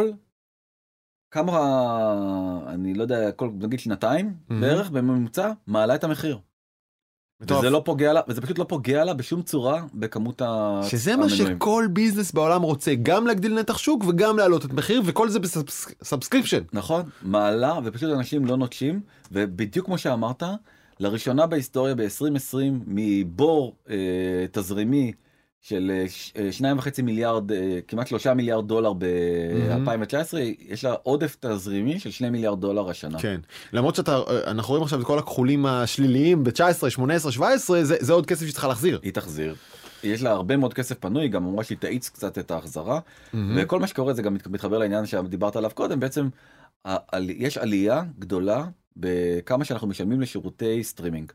[SPEAKER 2] כמה, אני לא יודע, נגיד שנתיים בערך בממוצע, מעלה את המחיר. וזה לא פוגע לה, וזה פשוט לא פוגע לה בשום צורה בכמות המנויים.
[SPEAKER 1] שזה מה שכל ביזנס בעולם רוצה, גם להגדיל נתח שוק וגם להעלות את מחיר, וכל זה בסאבסקריפשן.
[SPEAKER 2] נכון, מעלה, ופשוט אנשים לא נוטשים, ובדיוק כמו שאמרת, לראשונה בהיסטוריה ב-2020, מבור תזרימי, של 2.5 מיליארד, כמעט 3 מיליארד דולר ב-2019, יש לה עודף תזרימי של 2 מיליארד דולר השנה.
[SPEAKER 1] כן, למרות שאנחנו רואים עכשיו את כל הכחולים השליליים ב-19, 18, 17, זה עוד כסף שצריכה להחזיר.
[SPEAKER 2] היא תחזיר. יש לה הרבה מאוד כסף פנוי, גם אמרה שהיא תאיץ קצת את ההחזרה, וכל מה שקורה זה גם מתחבר לעניין שדיברת עליו קודם, בעצם יש עלייה גדולה בכמה שאנחנו משלמים לשירותי סטרימינג.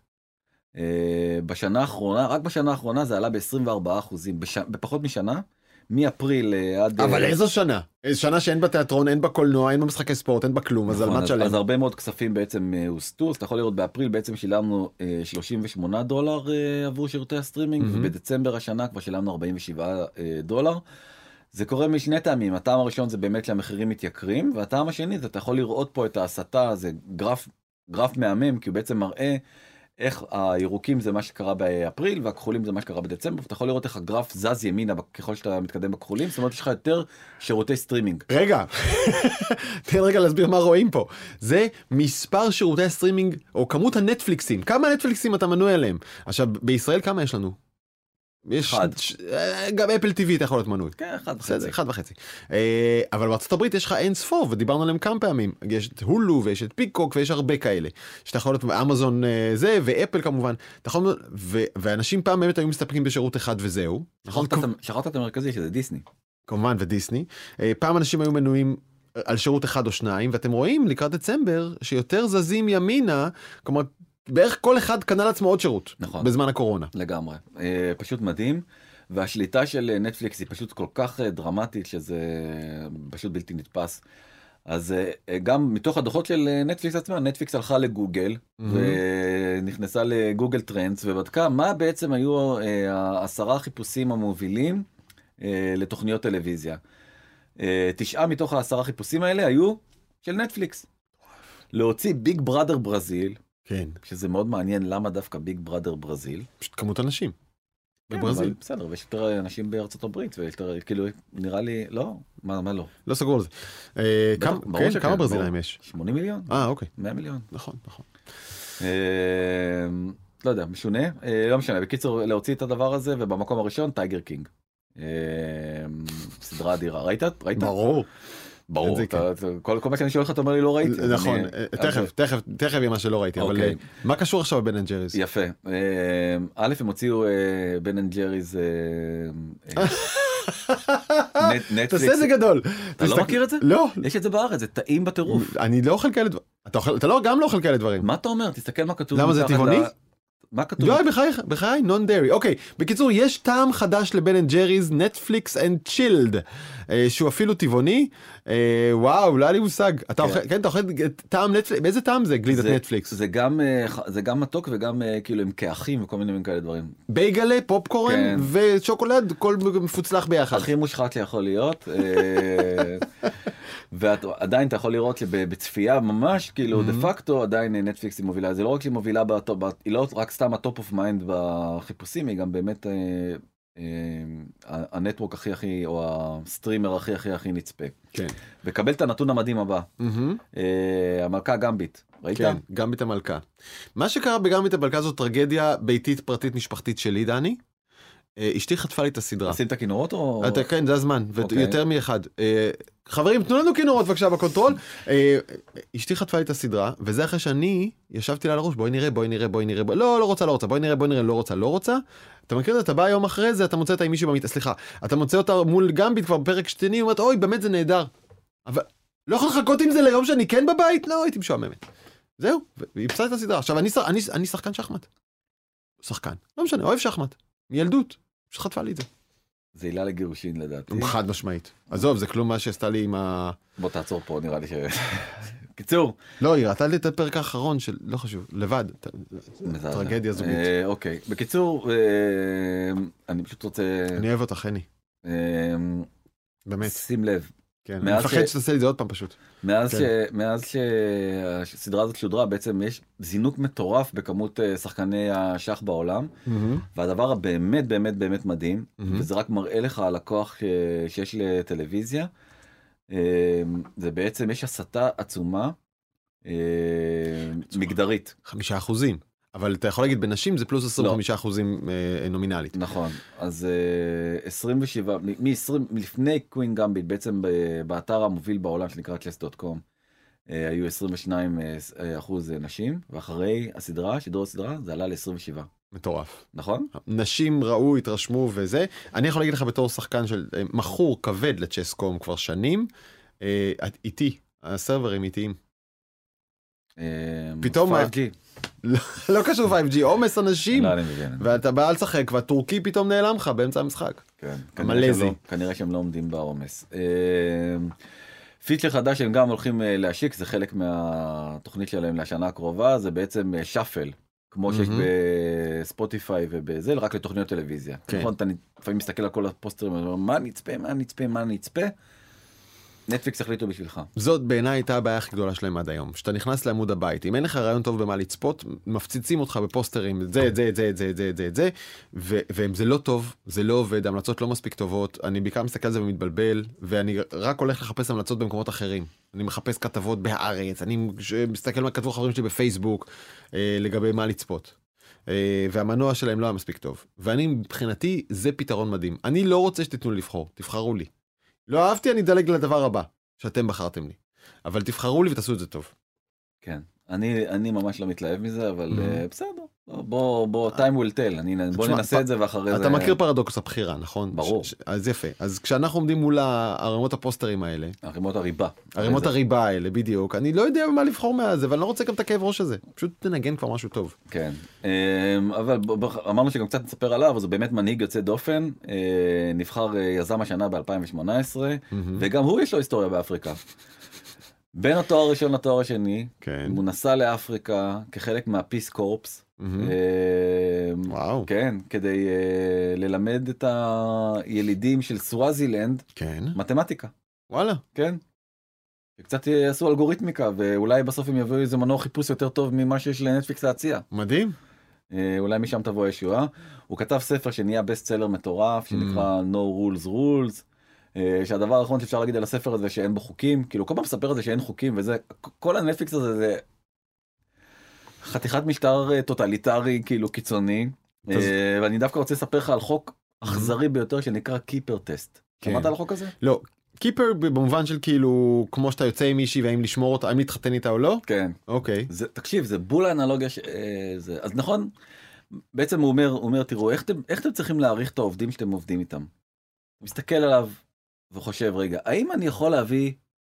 [SPEAKER 2] בשנה האחרונה, רק בשנה האחרונה זה עלה ב-24%, בפחות משנה, מאפריל עד...
[SPEAKER 1] אבל איזו שנה? איזו שנה שאין בתיאטרון, אין בקולנוע, אין במשחקי ספורט, אין בכלום, אז על מה תשלם?
[SPEAKER 2] אז הרבה מאוד כספים בעצם הוסטו, אז אתה יכול לראות באפריל בעצם שילמנו $38 עבור שירותי הסטרימינג, ובדצמבר השנה כבר שילמנו $47. זה קורה משני טעמים, הטעם הראשון זה באמת שהמחירים מתייקרים, והטעם השני זה אתה יכול לראות פה את ההסתה, זה גרף מהמם, כי הוא בעצם מראה איך הירוקים זה מה שקרה באפריל, והכחולים זה מה שקרה בדצמבר, ואתה יכול לראות איך הגרף זז ימינה ככל שאתה מתקדם בכחולים, זאת אומרת יש לך יותר שירותי סטרימינג.
[SPEAKER 1] רגע, תן רגע להסביר מה רואים פה. זה מספר שירותי הסטרימינג, או כמות הנטפליקסים. כמה נטפליקסים אתה מנוי עליהם? עכשיו, בישראל כמה יש לנו?
[SPEAKER 2] אחד.
[SPEAKER 1] גם אפל TV אתה יכול להיות מנוי.
[SPEAKER 2] כן, 1.5.
[SPEAKER 1] בסדר, 1.5. אבל בארצות הברית יש לך אין ספור, ודיברנו עליהם כמה פעמים. יש את הולו ויש את פיקוק ויש הרבה כאלה. שאתה יכול להיות אמזון זה, ואפל כמובן. ואנשים פעם באמת היו מסתפקים בשירות אחד וזהו.
[SPEAKER 2] שכחת את המרכזי שזה דיסני.
[SPEAKER 1] כמובן ודיסני. פעם אנשים היו מנויים על שירות אחד או שניים, ואתם רואים לקראת דצמבר שיותר זזים ימינה, כלומר בערך כל אחד קנה לעצמו עוד שירות.
[SPEAKER 2] נכון.
[SPEAKER 1] בזמן הקורונה.
[SPEAKER 2] לגמרי. פשוט מדהים. והשליטה של נטפליקס היא פשוט כל כך דרמטית שזה פשוט בלתי נתפס. אז גם מתוך הדוחות של נטפליקס עצמה, נטפליקס הלכה לגוגל ונכנסה לגוגל טרנדס ובדקה מה בעצם היו 10 חיפושים המובילים לתוכניות טלוויזיה. 9 מתוך 10 חיפושים האלה היו של נטפליקס. להוציא ביג בראדר ברזיל,
[SPEAKER 1] כן.
[SPEAKER 2] שזה מאוד מעניין למה דווקא ביג בראדר ברזיל.
[SPEAKER 1] פשוט כמות אנשים.
[SPEAKER 2] כן, בברזיל. בסדר, ויש יותר אנשים בארצות הברית, ויותר, כאילו, נראה לי, לא? מה לא?
[SPEAKER 1] לא סגור על זה. כמה ברזילאים יש?
[SPEAKER 2] 80 מיליון.
[SPEAKER 1] אוקיי.
[SPEAKER 2] 100 מיליון.
[SPEAKER 1] נכון.
[SPEAKER 2] לא יודע, משונה. לא משנה, בקיצור, להוציא את הדבר הזה, ובמקום הראשון, טייגר קינג. סדרה אדירה. ראית? ברור, כל מה שאני שואל לך אתה אומר לי לא ראיתי.
[SPEAKER 1] נכון, תכף יהיה מה שלא ראיתי, אבל מה קשור עכשיו בן אנד ג'ריז?
[SPEAKER 2] יפה, א' הם הוציאו בן אנד ג'ריז נטפליקס.
[SPEAKER 1] תעשה את זה גדול.
[SPEAKER 2] אתה לא מכיר את זה?
[SPEAKER 1] לא.
[SPEAKER 2] יש את זה בארץ, זה טעים בטירוף.
[SPEAKER 1] אני לא אוכל כאלה דברים. אתה גם לא אוכל כאלה דברים.
[SPEAKER 2] מה אתה אומר? תסתכל מה כתוב.
[SPEAKER 1] למה זה טבעוני?
[SPEAKER 2] מה כתוב?
[SPEAKER 1] לא, בחיי, נון דרי. אוקיי, בקיצור, יש טעם חדש לבן אנד ג'ריז, נטפליקס אנד צ'ילד, שהוא אפילו טבעוני. וואו, לא היה לי מושג. אתה אוכל טעם נטפליקס, באיזה טעם זה גלידת נטפליקס?
[SPEAKER 2] זה גם מתוק וגם כאילו עם כאחים וכל מיני כאלה דברים.
[SPEAKER 1] בייגלה, פופקורן ושוקולד, כל מפוצלח ביחד.
[SPEAKER 2] הכי מושחת שיכול להיות. ועדיין אתה יכול לראות שבצפייה ממש כאילו דה פקטו עדיין נטפליקס היא מובילה. זה לא רק שהיא מובילה, היא לא רק סתם הטופ אוף מיינד בחיפושים, היא גם באמת הנטוורק הכי או הסטרימר הכי נצפה. כן. וקבל את הנתון המדהים הבא. המלכה גמביט. ראית?
[SPEAKER 1] כן, גמביט המלכה. מה שקרה בגמביט המלכה זו טרגדיה ביתית פרטית משפחתית שלי, דני. אשתי חטפה לי את הסדרה.
[SPEAKER 2] עשית את הכינורות או?
[SPEAKER 1] כן, זה הזמן, ויותר מאחד. חברים, תנו לנו כינורות בבקשה בקונטרול. אשתי חטפה לי את הסדרה, וזה אחרי שאני ישבתי לה על הראש, בואי נראה, לא רוצה, בואי נראה, לא רוצה. אתה מכיר את זה, אתה בא יום אחרי זה, אתה מוצא אותה עם מישהו במיטה, סליחה, אתה מוצא אותה מול גמביט כבר בפרק שני, אומרת, אוי, באמת זה נהדר. אבל לא יכול לחכות עם זה ליום שאני כן בבית? לא, הייתי משועממת. זהו, והיא פסעה את הסדרה. עכשיו, אני שחקן שחמט. שחקן, לא משנה, אוהב שחמט. מילדות, שחטפה לי את זה.
[SPEAKER 2] זה עילה לגירושין לדעתי.
[SPEAKER 1] חד משמעית. עזוב, זה כלום מה שעשתה לי עם ה...
[SPEAKER 2] בוא תעצור פה, נראה לי ש... קיצור.
[SPEAKER 1] לא, היא ראתה לי את הפרק האחרון של, לא חשוב, לבד. טרגדיה זוגית.
[SPEAKER 2] אוקיי, בקיצור, אני פשוט רוצה...
[SPEAKER 1] אני אוהב אותך, חני. באמת.
[SPEAKER 2] שים לב.
[SPEAKER 1] כן, אני מפחד שתעשה לי זה עוד פעם פשוט.
[SPEAKER 2] מאז שהסדרה הזאת שודרה, בעצם יש זינוק מטורף בכמות שחקני השח בעולם, והדבר הבאמת באמת באמת מדהים, וזה רק מראה לך על הכוח שיש לטלוויזיה, זה בעצם יש הסתה עצומה מגדרית. 5%.
[SPEAKER 1] אבל אתה יכול להגיד בנשים זה פלוס 25% נומינלית.
[SPEAKER 2] נכון, אז 27, מלפני קווין גמביט, בעצם באתר המוביל בעולם שנקרא chess.com, היו 22% נשים, ואחרי הסדרה, שידור הסדרה, זה עלה ל-27.
[SPEAKER 1] מטורף.
[SPEAKER 2] נכון?
[SPEAKER 1] נשים ראו, התרשמו וזה. אני יכול להגיד לך בתור שחקן של מכור כבד לצ'סקום כבר שנים, איתי, הסרברים איתיים. פתאום... 5G. לא קשור 5G, עומס אנשים, ואתה בא לשחק, והטורקי פתאום נעלם לך באמצע המשחק.
[SPEAKER 2] המלזי. כנראה שהם לא עומדים בעומס. פיצ'ר חדש שהם גם הולכים להשיק, זה חלק מהתוכנית שלהם לשנה הקרובה, זה בעצם שפל, כמו שיש בספוטיפיי ובזה, רק לתוכניות טלוויזיה. נכון, אתה לפעמים מסתכל על כל הפוסטרים, מה נצפה? נטפליקס החליטו בשבילך.
[SPEAKER 1] זאת בעיניי הייתה הבעיה הכי גדולה שלהם עד היום. שאתה נכנס לעמוד הבית, אם אין לך רעיון טוב במה לצפות, מפציצים אותך בפוסטרים, זה, והם זה לא טוב, זה לא עובד, המלצות לא מספיק טובות, אני בעיקר מסתכל על זה ומתבלבל, ואני רק הולך לחפש המלצות במקומות אחרים. אני מחפש כתבות בהארץ, אני מסתכל מה כתבו חברים שלי בפייסבוק, לגבי מה לצפות. והמנוע שלהם לא היה מספיק טוב. ואני, מבחינתי, זה פתרון מדהים. אני לא רוצה שתתנו לי לבחור, תבחרו לי. לא אהבתי, אני אדלג לדבר הבא, שאתם בחרתם לי. אבל תבחרו לי ותעשו את זה טוב.
[SPEAKER 2] כן, אני ממש לא מתלהב מזה, אבל בסדר. בוא, time will tell, בוא ננסה את זה ואחרי זה...
[SPEAKER 1] אתה מכיר פרדוקס הבחירה, נכון?
[SPEAKER 2] ברור.
[SPEAKER 1] אז יפה. אז כשאנחנו עומדים מול הערימות הפוסטרים האלה...
[SPEAKER 2] ערימות הריבה.
[SPEAKER 1] ערימות הריבה האלה, בדיוק. אני לא יודע מה לבחור מהזה, ואני לא רוצה גם את הכאב ראש הזה. פשוט תנגן כבר משהו טוב.
[SPEAKER 2] כן. אבל אמרנו שגם קצת נספר עליו, אז הוא באמת מנהיג יוצא דופן. נבחר יזם השנה ב-2018, וגם הוא יש לו היסטוריה באפריקה. בין התואר הראשון לתואר השני, הוא נסע לאפריקה כחלק מהפיס קורפס.
[SPEAKER 1] וואו.
[SPEAKER 2] כן, כדי ללמד את הילידים של סוואזילנד מתמטיקה.
[SPEAKER 1] וואלה.
[SPEAKER 2] כן. קצת יעשו אלגוריתמיקה, ואולי בסוף הם יביאו איזה מנוע חיפוש יותר טוב ממה שיש לנטפליקס להציע.
[SPEAKER 1] מדהים.
[SPEAKER 2] אולי משם תבוא הישועה. הוא כתב ספר שנהיה בסט-סלר מטורף, שנקרא No Rules Rules. שהדבר האחרון שאפשר להגיד על הספר הזה שאין בו חוקים, כאילו כל פעם מספר על זה שאין חוקים, וזה, כל הנטפליקס הזה זה חתיכת משטר טוטליטרי כאילו קיצוני, ואני דווקא רוצה לספר לך על חוק אכזרי ביותר שנקרא קיפר טסט. שמעת על החוק הזה?
[SPEAKER 1] לא, קיפר במובן של כאילו כמו שאתה יוצא עם מישהי והאם לשמור אותה, האם להתחתן איתה או לא?
[SPEAKER 2] כן.
[SPEAKER 1] אוקיי.
[SPEAKER 2] תקשיב, זה בול האנלוגיה אז נכון, בעצם הוא אומר, תראו, איך אתם צריכים להעריך את העובדים שאתם עובדים איתם? מסתכל עליו וחושב, רגע, האם אני יכול להביא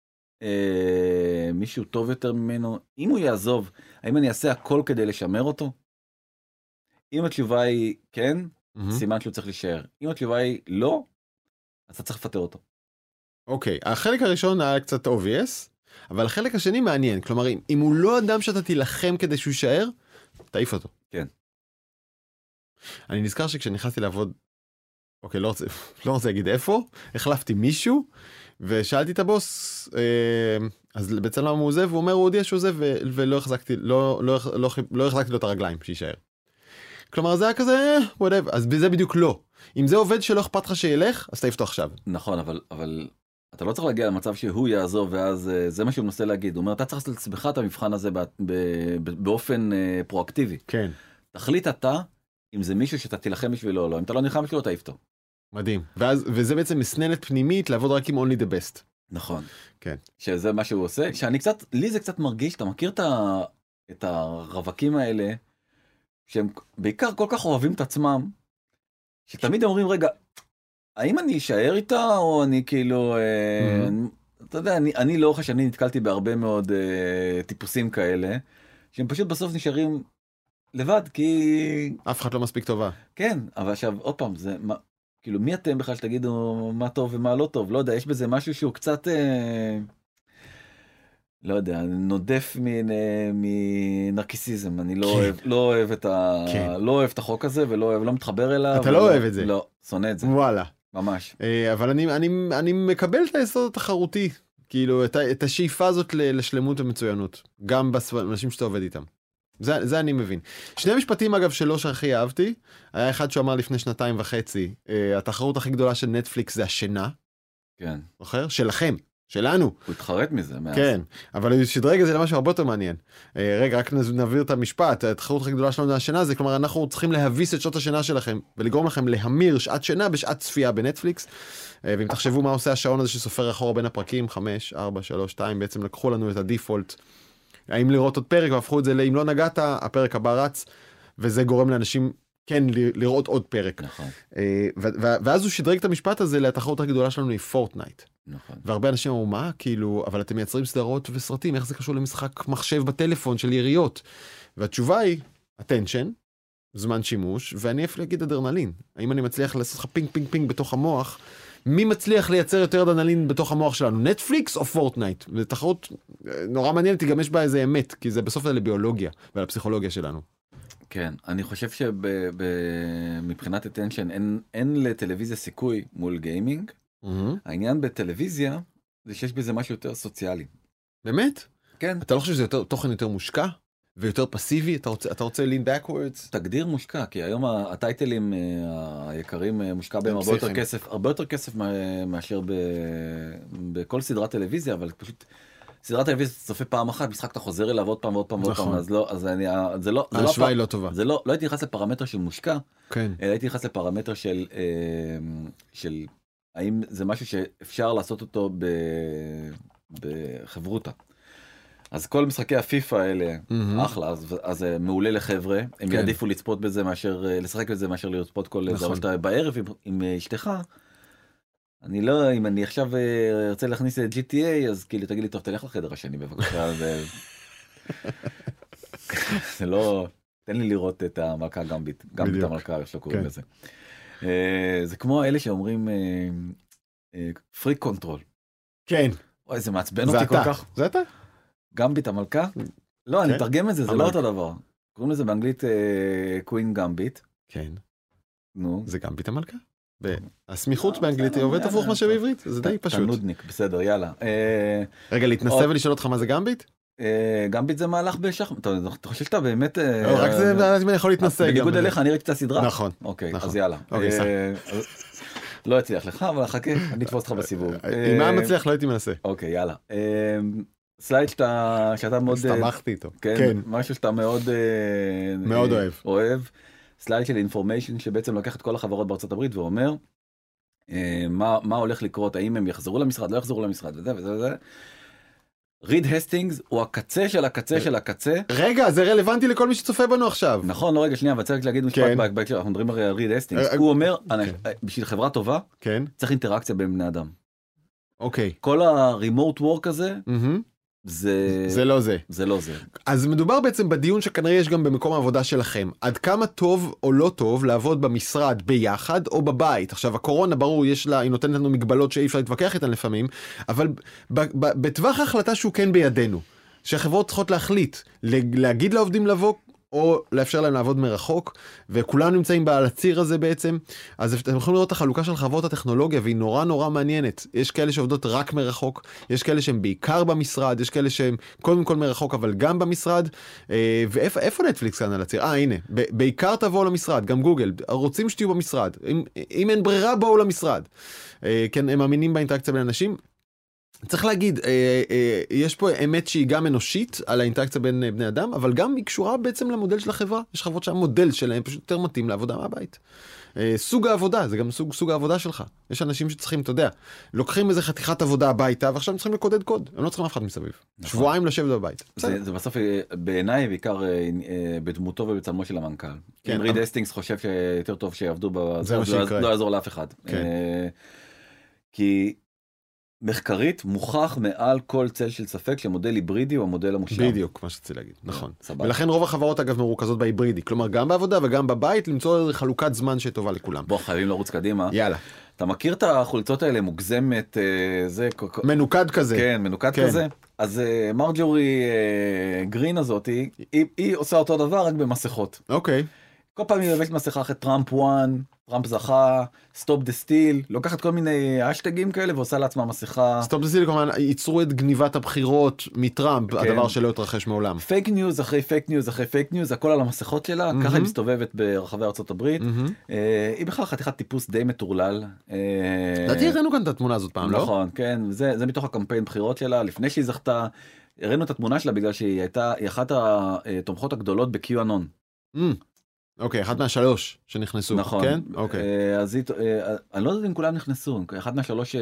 [SPEAKER 2] מישהו טוב יותר ממנו? אם הוא יעזוב, האם אני אעשה הכל כדי לשמר אותו? אם התשובה היא כן, סימן שהוא צריך להישאר. אם התשובה היא לא, אז אתה צריך לפטר אותו.
[SPEAKER 1] אוקיי, החלק הראשון היה קצת obvious, אבל החלק השני מעניין. כלומר, אם הוא לא אדם שאתה תילחם כדי שהוא יישאר, תעיף אותו.
[SPEAKER 2] כן.
[SPEAKER 1] אני נזכר שכשנכנסתי לעבוד, אוקיי, לא רוצה להגיד איפה, החלפתי מישהו, ושאלתי את הבוס, אז בעצם למה הוא עוזב, הוא אומר, הוא הודיע שהוא עוזב, ולא החזקתי לו את הרגליים, שישאר. כלומר, זה היה כזה, whatever, אז בזה בדיוק לא. אם זה עובד שלא אכפת לך שילך, אז תעיף אותו עכשיו.
[SPEAKER 2] נכון, אבל אתה לא צריך להגיע למצב שהוא יעזוב, ואז זה מה שהוא מנסה להגיד. הוא אומר, אתה צריך לעשות לעצמך את המבחן הזה באופן פרואקטיבי.
[SPEAKER 1] כן.
[SPEAKER 2] תחליט אתה, אם זה מישהו שאתה תילחם בשבילו או לא, אם אתה לא נלחם בשבילו, תעיף אותו.
[SPEAKER 1] מדהים. וזה בעצם מסננת פנימית לעבוד רק עם only the best.
[SPEAKER 2] נכון.
[SPEAKER 1] כן.
[SPEAKER 2] שזה מה שהוא עושה. לי זה קצת מרגיש, אתה מכיר את הרווקים האלה, שהם בעיקר כל כך אוהבים את עצמם, שתמיד הם אומרים, רגע, האם אני אשאר איתה, או אני כאילו, אתה יודע, אני לאורך השנים נתקלתי בהרבה מאוד טיפוסים כאלה, שהם פשוט בסוף נשארים לבד, כי...
[SPEAKER 1] אף אחד לא מספיק טובה.
[SPEAKER 2] כן, אבל עכשיו, עוד פעם, זה... כאילו, מי אתם בכלל שתגידו מה טוב ומה לא טוב? לא יודע, יש בזה משהו שהוא קצת, לא יודע, נודף מנרקיסיזם. אני לא אוהב את החוק הזה, ולא מתחבר אליו.
[SPEAKER 1] אתה לא אוהב את זה?
[SPEAKER 2] לא, שונא את זה.
[SPEAKER 1] וואלה.
[SPEAKER 2] ממש.
[SPEAKER 1] אבל אני מקבל את היסוד התחרותי, כאילו, את השאיפה הזאת לשלמות ומצוינות, גם באנשים שאתה עובד איתם. זה אני מבין. שני משפטים אגב שלא שהכי אהבתי, היה אחד שאמר לפני 2.5 התחרות הכי גדולה של נטפליקס זה השינה.
[SPEAKER 2] כן.
[SPEAKER 1] זוכר? שלכם, שלנו.
[SPEAKER 2] הוא התחרט מזה.
[SPEAKER 1] כן, אבל הוא שדרג את זה למשהו הרבה יותר מעניין. רגע, רק נבהיר את המשפט, התחרות הכי גדולה שלנו זה השינה, זה כלומר אנחנו צריכים להביס את שעות השינה שלכם, ולגרום לכם להמיר שעת שינה בשעת צפייה בנטפליקס, ואם תחשבו מה עושה השעון הזה שסופר אחורה בין הפרקים, 5, 4, 3, 2, בעצם לקחו לנו את הדיפולט, האם לראות עוד פרק, והפכו את זה לאם לא נגעת, הפרק הבא רץ, וזה גורם לאנשים כן לראות עוד פרק.
[SPEAKER 2] נכון.
[SPEAKER 1] ואז הוא שדרג את המשפט הזה לתחרות הגדולה שלנו היא פורטנייט.
[SPEAKER 2] נכון.
[SPEAKER 1] והרבה אנשים אמרו, מה? כאילו, אבל אתם מייצרים סדרות וסרטים, איך זה קשור למשחק מחשב בטלפון של יריות? והתשובה היא, attention, זמן שימוש, ואני אפילו אגיד אדרנלין. האם אני מצליח לעשות לך פינג פינג פינג בתוך המוח? מי מצליח לייצר יותר אדרנלין בתוך המוח שלנו? נטפליקס או פורטנייט? זו תחרות נורא מעניינת, גם יש בה איזה אמת, כי זה בסוף על הביולוגיה ועל הפסיכולוגיה שלנו.
[SPEAKER 2] כן, אני חושב שמבחינת attention אין לטלוויזיה סיכוי מול גיימינג. העניין בטלוויזיה זה שיש בזה משהו יותר סוציאלי.
[SPEAKER 1] באמת?
[SPEAKER 2] כן.
[SPEAKER 1] אתה לא חושב שזה תוכן יותר מושקע? ויותר פסיבי? אתה רוצה lean backwards?
[SPEAKER 2] תגדיר מושקע, כי היום הטייטלים היקרים מושקע בהם הרבה יותר כסף מאשר בכל סדרת טלוויזיה, אבל פשוט סדרת טלוויזיה צופה פעם אחת, משחק אתה חוזר אליו עוד פעם ועוד פעם ועוד פעם, אז לא, אז זה לא,
[SPEAKER 1] ההשוואה היא לא טובה.
[SPEAKER 2] זה לא הייתי נכנס לפרמטר של מושקע,
[SPEAKER 1] כן.
[SPEAKER 2] אלא הייתי נכנס לפרמטר של האם זה משהו שאפשר לעשות אותו בחברותה. אז כל משחקי הפיפה האלה, אחלה, אז זה מעולה לחבר'ה, הם יעדיפו לצפות בזה מאשר, לשחק בזה מאשר לצפות כל דבר שאתה בערב עם אשתך. אני לא, אם אני עכשיו ארצה להכניס את GTA, אז כאילו תגיד לי, טוב, תלך לחדר השני בבקשה, זה לא, תן לי לראות את המלכה גמביט, גמביט המלכה, איך שלא קוראים לזה. זה כמו אלה שאומרים, פרי קונטרול.
[SPEAKER 1] כן.
[SPEAKER 2] אוי, זה מעצבן אותי כל כך.
[SPEAKER 1] זה אתה?
[SPEAKER 2] גמביט המלכה? לא, אני אתרגם את זה, זה לא אותו דבר. קוראים לזה באנגלית קווין גמביט.
[SPEAKER 1] כן.
[SPEAKER 2] נו.
[SPEAKER 1] זה גמביט המלכה? הסמיכות באנגלית עובדת הפוך מה שבעברית? זה די פשוט.
[SPEAKER 2] תנודניק, בסדר, יאללה.
[SPEAKER 1] רגע, להתנסה ולשאול אותך מה זה גמביט?
[SPEAKER 2] גמביט זה מהלך בשחמט, אתה חושב שאתה באמת...
[SPEAKER 1] רק זה יכול להתנסה.
[SPEAKER 2] בניגוד אליך, אני ראיתי את הסדרה.
[SPEAKER 1] נכון.
[SPEAKER 2] אוקיי, אז יאללה. לא הצליח לך, אבל חכה, אני אתפוס אותך בסיבוב.
[SPEAKER 1] אם היה מצליח, לא הייתי מנסה.
[SPEAKER 2] אוקיי, יאללה. סלייד שאתה מאוד...
[SPEAKER 1] הסתמכתי איתו.
[SPEAKER 2] כן, משהו שאתה מאוד
[SPEAKER 1] אוהב.
[SPEAKER 2] סלייד של אינפורמיישן שבעצם לוקח את כל החברות בארצות הברית ואומר מה הולך לקרות, האם הם יחזרו למשרד, לא יחזרו למשרד, וזה וזה וזה. ריד הסטינגס הוא הקצה של הקצה של הקצה.
[SPEAKER 1] רגע, זה רלוונטי לכל מי שצופה בנו עכשיו.
[SPEAKER 2] נכון, לא רגע, שנייה, אבל צריך להגיד משפט בהקשר, אנחנו מדברים הרי על ריד הסטינגס. הוא אומר, בשביל חברה טובה, צריך אינטראקציה בין בני אדם.
[SPEAKER 1] אוקיי.
[SPEAKER 2] כל הרימוט וורק הזה, זה
[SPEAKER 1] לא זה.
[SPEAKER 2] זה לא זה.
[SPEAKER 1] אז מדובר בעצם בדיון שכנראה יש גם במקום העבודה שלכם. עד כמה טוב או לא טוב לעבוד במשרד ביחד או בבית. עכשיו הקורונה ברור היא נותנת לנו מגבלות שאי אפשר להתווכח איתן לפעמים, אבל בטווח ההחלטה שהוא כן בידינו, שהחברות צריכות להחליט, להגיד לעובדים לבוא או לאפשר להם לעבוד מרחוק, וכולם נמצאים על הציר הזה בעצם. אז אתם יכולים לראות את החלוקה של חברות הטכנולוגיה, והיא נורא נורא מעניינת. יש כאלה שעובדות רק מרחוק, יש כאלה שהם בעיקר במשרד, יש כאלה שהם קודם כל מרחוק, אבל גם במשרד. ואיפה נטפליקס כאן על הציר? הנה, בעיקר תבואו למשרד, גם גוגל, רוצים שתהיו במשרד. אם אין ברירה, בואו למשרד. כן, הם מאמינים באינטראקציה בין אנשים. צריך להגיד, יש פה אמת שהיא גם אנושית על האינטראקציה בין בני אדם, אבל גם היא קשורה בעצם למודל של החברה. יש חברות שהמודל שלהם פשוט יותר מתאים לעבודה מהבית. סוג העבודה, זה גם סוג העבודה שלך. יש אנשים שצריכים, אתה יודע, לוקחים איזה חתיכת עבודה הביתה, ועכשיו הם צריכים לקודד קוד. הם לא צריכים אף אחד מסביב. שבועיים לשבת בבית.
[SPEAKER 2] זה בסוף בעיניי בעיקר בדמותו ובצלמו של המנכ"ל. אם ריד הסטינגס חושב שיותר טוב שיעבדו בזה, לא יעזור לאף אחד. כי מחקרית מוכח מעל כל צל של ספק שמודל היברידי הוא המודל המושלם.
[SPEAKER 1] בדיוק, מה שצריך להגיד, נכון. ולכן רוב החברות אגב מרוכזות בהיברידי, כלומר גם בעבודה וגם בבית למצוא חלוקת זמן שטובה לכולם.
[SPEAKER 2] בוא, חייבים לרוץ קדימה.
[SPEAKER 1] יאללה.
[SPEAKER 2] אתה מכיר את החולצות האלה מוגזמת, זה...
[SPEAKER 1] מנוקד כזה.
[SPEAKER 2] כן, מנוקד כזה. אז מרג'ורי גרין הזאת, היא עושה אותו דבר רק במסכות.
[SPEAKER 1] אוקיי.
[SPEAKER 2] כל פעם היא אוהבת מסכה אחרי טראמפ 1, טראמפ זכה, סטופ דה סטיל, לוקחת כל מיני אשטגים כאלה ועושה לעצמה מסכה.
[SPEAKER 1] סטופ דה סטיל כמובן ייצרו את גניבת הבחירות מטראמפ, הדבר שלא התרחש מעולם.
[SPEAKER 2] פייק ניוז אחרי פייק ניוז אחרי פייק ניוז, הכל על המסכות שלה, ככה היא מסתובבת ברחבי ארצות הברית. היא בכלל חתיכת טיפוס די מטורלל.
[SPEAKER 1] לדעתי הראינו כאן את התמונה הזאת פעם, לא?
[SPEAKER 2] נכון, כן, זה מתוך הקמפיין בחירות שלה, לפני שהיא זכתה, הראינו את התמונה שלה בגלל שהיא הייתה אחת התומכות הגדולות ב-QAnon.
[SPEAKER 1] אוקיי, אחת מהשלוש שנכנסו,
[SPEAKER 2] נכון,
[SPEAKER 1] כן? אוקיי.
[SPEAKER 2] אז אני לא יודעת אם כולם נכנסו, אחת מהשלוש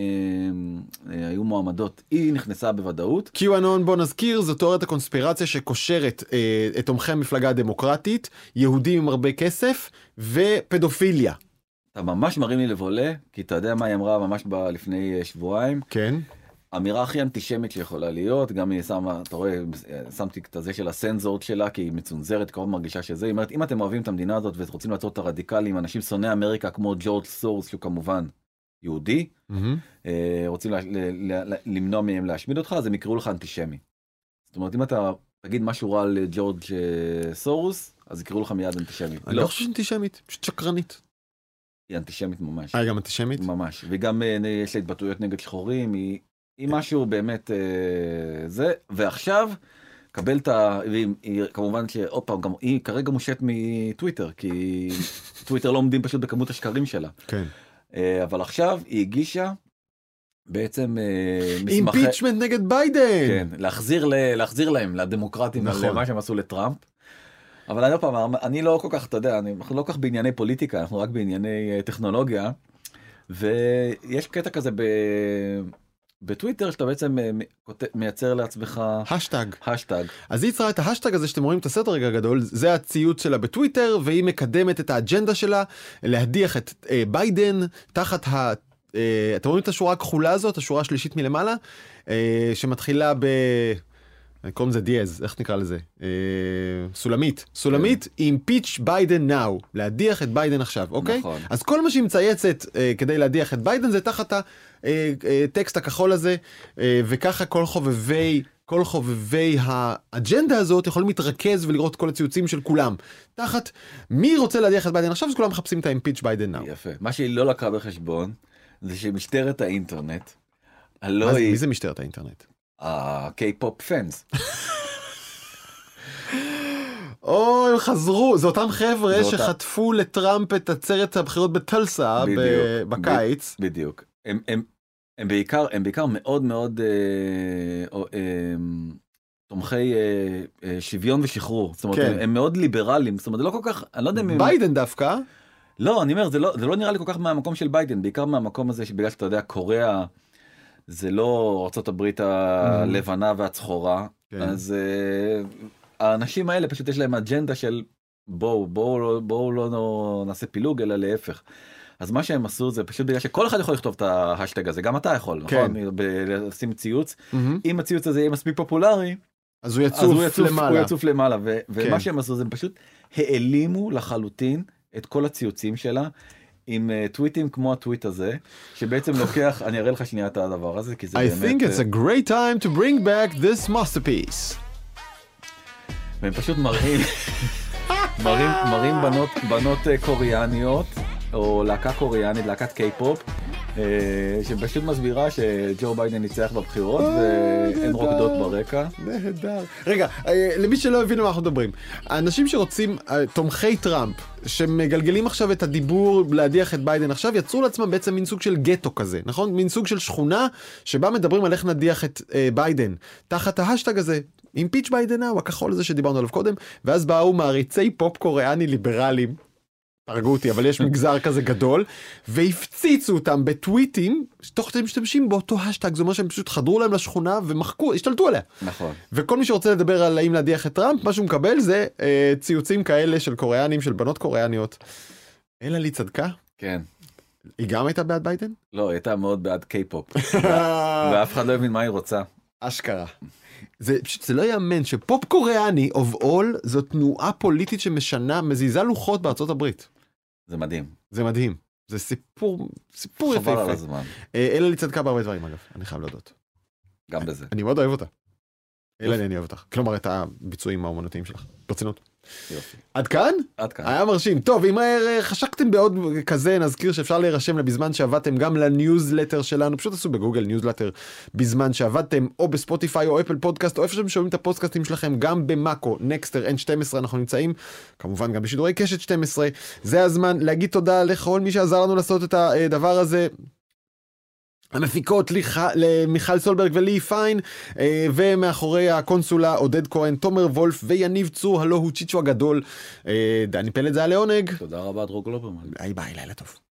[SPEAKER 2] שהיו מועמדות, היא נכנסה בוודאות.
[SPEAKER 1] QAnon, בוא נזכיר, זו תיאוריית הקונספירציה שקושרת את תומכי המפלגה הדמוקרטית, יהודים עם הרבה כסף ופדופיליה.
[SPEAKER 2] אתה ממש מרים לי לבולה, כי אתה יודע מה היא אמרה ממש לפני שבועיים.
[SPEAKER 1] כן.
[SPEAKER 2] האמירה הכי אנטישמית שיכולה להיות, גם היא שמה, אתה רואה, שמתי את הזה של הסנזורט שלה, כי היא מצונזרת, כבר מרגישה שזה, היא אומרת, אם אתם אוהבים את המדינה הזאת ורוצים לעצור את הרדיקלים, אנשים שונאי אמריקה כמו ג'ורג' סורס, שהוא כמובן יהודי, רוצים למנוע מהם להשמיד אותך, אז הם יקראו לך אנטישמי. זאת אומרת, אם אתה תגיד משהו רע על ג'ורג' סורוס, אז יקראו לך מיד אנטישמי.
[SPEAKER 1] אני לא חושב אנטישמית, פשוט שקרנית.
[SPEAKER 2] היא אנטישמית ממש.
[SPEAKER 1] היא גם אנטישמית?
[SPEAKER 2] ממש. וגם יש לה התבטאויות נגד שחורים, היא משהו באמת זה, ועכשיו קבל את כמובן שעוד פעם, גם היא כרגע מושת מטוויטר, כי טוויטר לא עומדים פשוט בכמות השקרים שלה.
[SPEAKER 1] כן.
[SPEAKER 2] אבל עכשיו היא הגישה בעצם
[SPEAKER 1] אימפיצ'מנט נגד ביידן.
[SPEAKER 2] כן, להחזיר להם, לדמוקרטים,
[SPEAKER 1] נכון.
[SPEAKER 2] על מה שהם עשו לטראמפ. אבל אני פעם, אני לא כל כך, אתה יודע, אנחנו לא כל כך בענייני פוליטיקה, אנחנו רק בענייני טכנולוגיה, ויש קטע כזה בטוויטר, שאתה בעצם מייצר לעצמך השטג.
[SPEAKER 1] אז היא יצרה את ההשטג הזה שאתם רואים את הסרט הרגע הגדול, זה הציוץ שלה בטוויטר, והיא מקדמת את האג'נדה שלה, להדיח את ביידן, תחת אתם רואים את השורה הכחולה הזאת, השורה השלישית מלמעלה, שמתחילה קוראים לזה דיאז, איך נקרא לזה? סולמית, impeach Biden now, להדיח את ביידן עכשיו, אוקיי?
[SPEAKER 2] נכון.
[SPEAKER 1] אז כל מה שהיא מצייצת כדי להדיח את ביידן זה תחת הטקסט הכחול הזה, וככה כל חובבי האג'נדה הזאת יכולים להתרכז ולראות כל הציוצים של כולם. תחת מי רוצה להדיח את ביידן עכשיו, אז כולם מחפשים את ה-impeach Biden now.
[SPEAKER 2] יפה. מה שהיא לא לקחה בחשבון, זה שמשטרת האינטרנט,
[SPEAKER 1] מי זה משטרת האינטרנט?
[SPEAKER 2] הקיי-פופ פאנס.
[SPEAKER 1] הם חזרו, זה אותם חבר'ה שחטפו לטראמפ את עצרת הבחירות בטלסה בקיץ.
[SPEAKER 2] בדיוק. הם בעיקר מאוד מאוד תומכי שוויון ושחרור. זאת אומרת, הם מאוד ליברליים. זאת אומרת, זה לא כל כך, אני לא יודע אם...
[SPEAKER 1] ביידן דווקא?
[SPEAKER 2] לא, אני אומר, זה לא נראה לי כל כך מהמקום של ביידן, בעיקר מהמקום הזה שבגלל שאתה יודע, קוריאה, זה לא ארצות הברית הלבנה והצחורה, אז האנשים האלה פשוט יש להם אג'נדה של בואו לא נעשה פילוג, אלא להפך. אז מה שהם עשו זה פשוט בגלל שכל אחד יכול לכתוב את ההשטג הזה, גם אתה יכול, נכון? לשים ציוץ, אם הציוץ הזה יהיה מספיק פופולרי,
[SPEAKER 1] אז הוא יצוף למעלה.
[SPEAKER 2] ומה שהם עשו זה פשוט העלימו לחלוטין את כל הציוצים שלה, עם טוויטים כמו הטוויט הזה, שבעצם לוקח, אני אראה לך שנייה את הדבר הזה, כי זה באמת...
[SPEAKER 1] I think it's a great time to bring back this masterpiece.
[SPEAKER 2] והם פשוט מראים בנות קוריאניות, או להקה קוריאנית, להקת קיי-פופ, שפשוט מסבירה שג'ו ביידן ניצח בבחירות, והן רוקדות ברקע.
[SPEAKER 1] נהדר. רגע, למי שלא הבינו מה אנחנו מדברים, האנשים שרוצים, תומכי טראמפ, שמגלגלים עכשיו את הדיבור להדיח את ביידן עכשיו, יצרו לעצמם בעצם מין סוג של גטו כזה, נכון? מין סוג של שכונה, שבה מדברים על איך נדיח את ביידן, תחת ההשטג הזה, impeach Biden now, הכחול הזה שדיברנו עליו קודם, ואז באו מעריצי פופ קוריאני ליברליים, הרגו אותי, אבל יש מגזר כזה גדול, והפציצו אותם בטוויטים, תוך כדי משתמשים באותו השטג, זאת אומרת שהם פשוט חדרו להם לשכונה ומחקו, השתלטו עליה.
[SPEAKER 2] נכון.
[SPEAKER 1] וכל מי שרוצה לדבר על האם להדיח את טראמפ, מה שהוא מקבל זה ציוצים כאלה של קוריאנים, של בנות קוריאניות. אלה לי צדקה?
[SPEAKER 2] כן.
[SPEAKER 1] היא גם הייתה בעד ביידן?
[SPEAKER 2] לא, היא הייתה מאוד בעד קיי-פופ. ואף אחד לא הבין מה היא רוצה.
[SPEAKER 1] אשכרה. זה לא יאמן שפופ קוריאני of all זו תנועה פוליטית שמשנה, מזיזה לוחות בארצות הברית.
[SPEAKER 2] זה מדהים.
[SPEAKER 1] זה מדהים. זה סיפור יפה.
[SPEAKER 2] חבל על הזמן.
[SPEAKER 1] אלה לי צדקה בהרבה דברים אגב, אני חייב להודות.
[SPEAKER 2] גם בזה.
[SPEAKER 1] אני מאוד אוהב אותה. אלה אני אוהב אותך. כלומר את הביצועים האומנותיים שלך. ברצינות.
[SPEAKER 2] יופי.
[SPEAKER 1] עד כאן?
[SPEAKER 2] עד כאן.
[SPEAKER 1] היה מרשים. טוב, אם חשקתם בעוד כזה, נזכיר שאפשר להירשם לבזמן שעבדתם גם לניוזלטר שלנו, פשוט עשו בגוגל ניוזלטר בזמן שעבדתם, או בספוטיפיי או אפל פודקאסט, או איפה שאתם שומעים את הפודקאסטים שלכם, גם במאקו, נקסטר, N12 אנחנו נמצאים, כמובן גם בשידורי קשת 12. זה הזמן להגיד תודה לכל מי שעזר לנו לעשות את הדבר הזה. המפיקות למיכל סולברג ולי פיין, ומאחורי הקונסולה עודד כהן, תומר וולף ויניב צור, הלא הוא צ'יצ'ו הגדול. דני פלד, זה היה לעונג.
[SPEAKER 2] תודה רבה דרור גלוברמן.
[SPEAKER 1] ביי ביי, לילה טוב.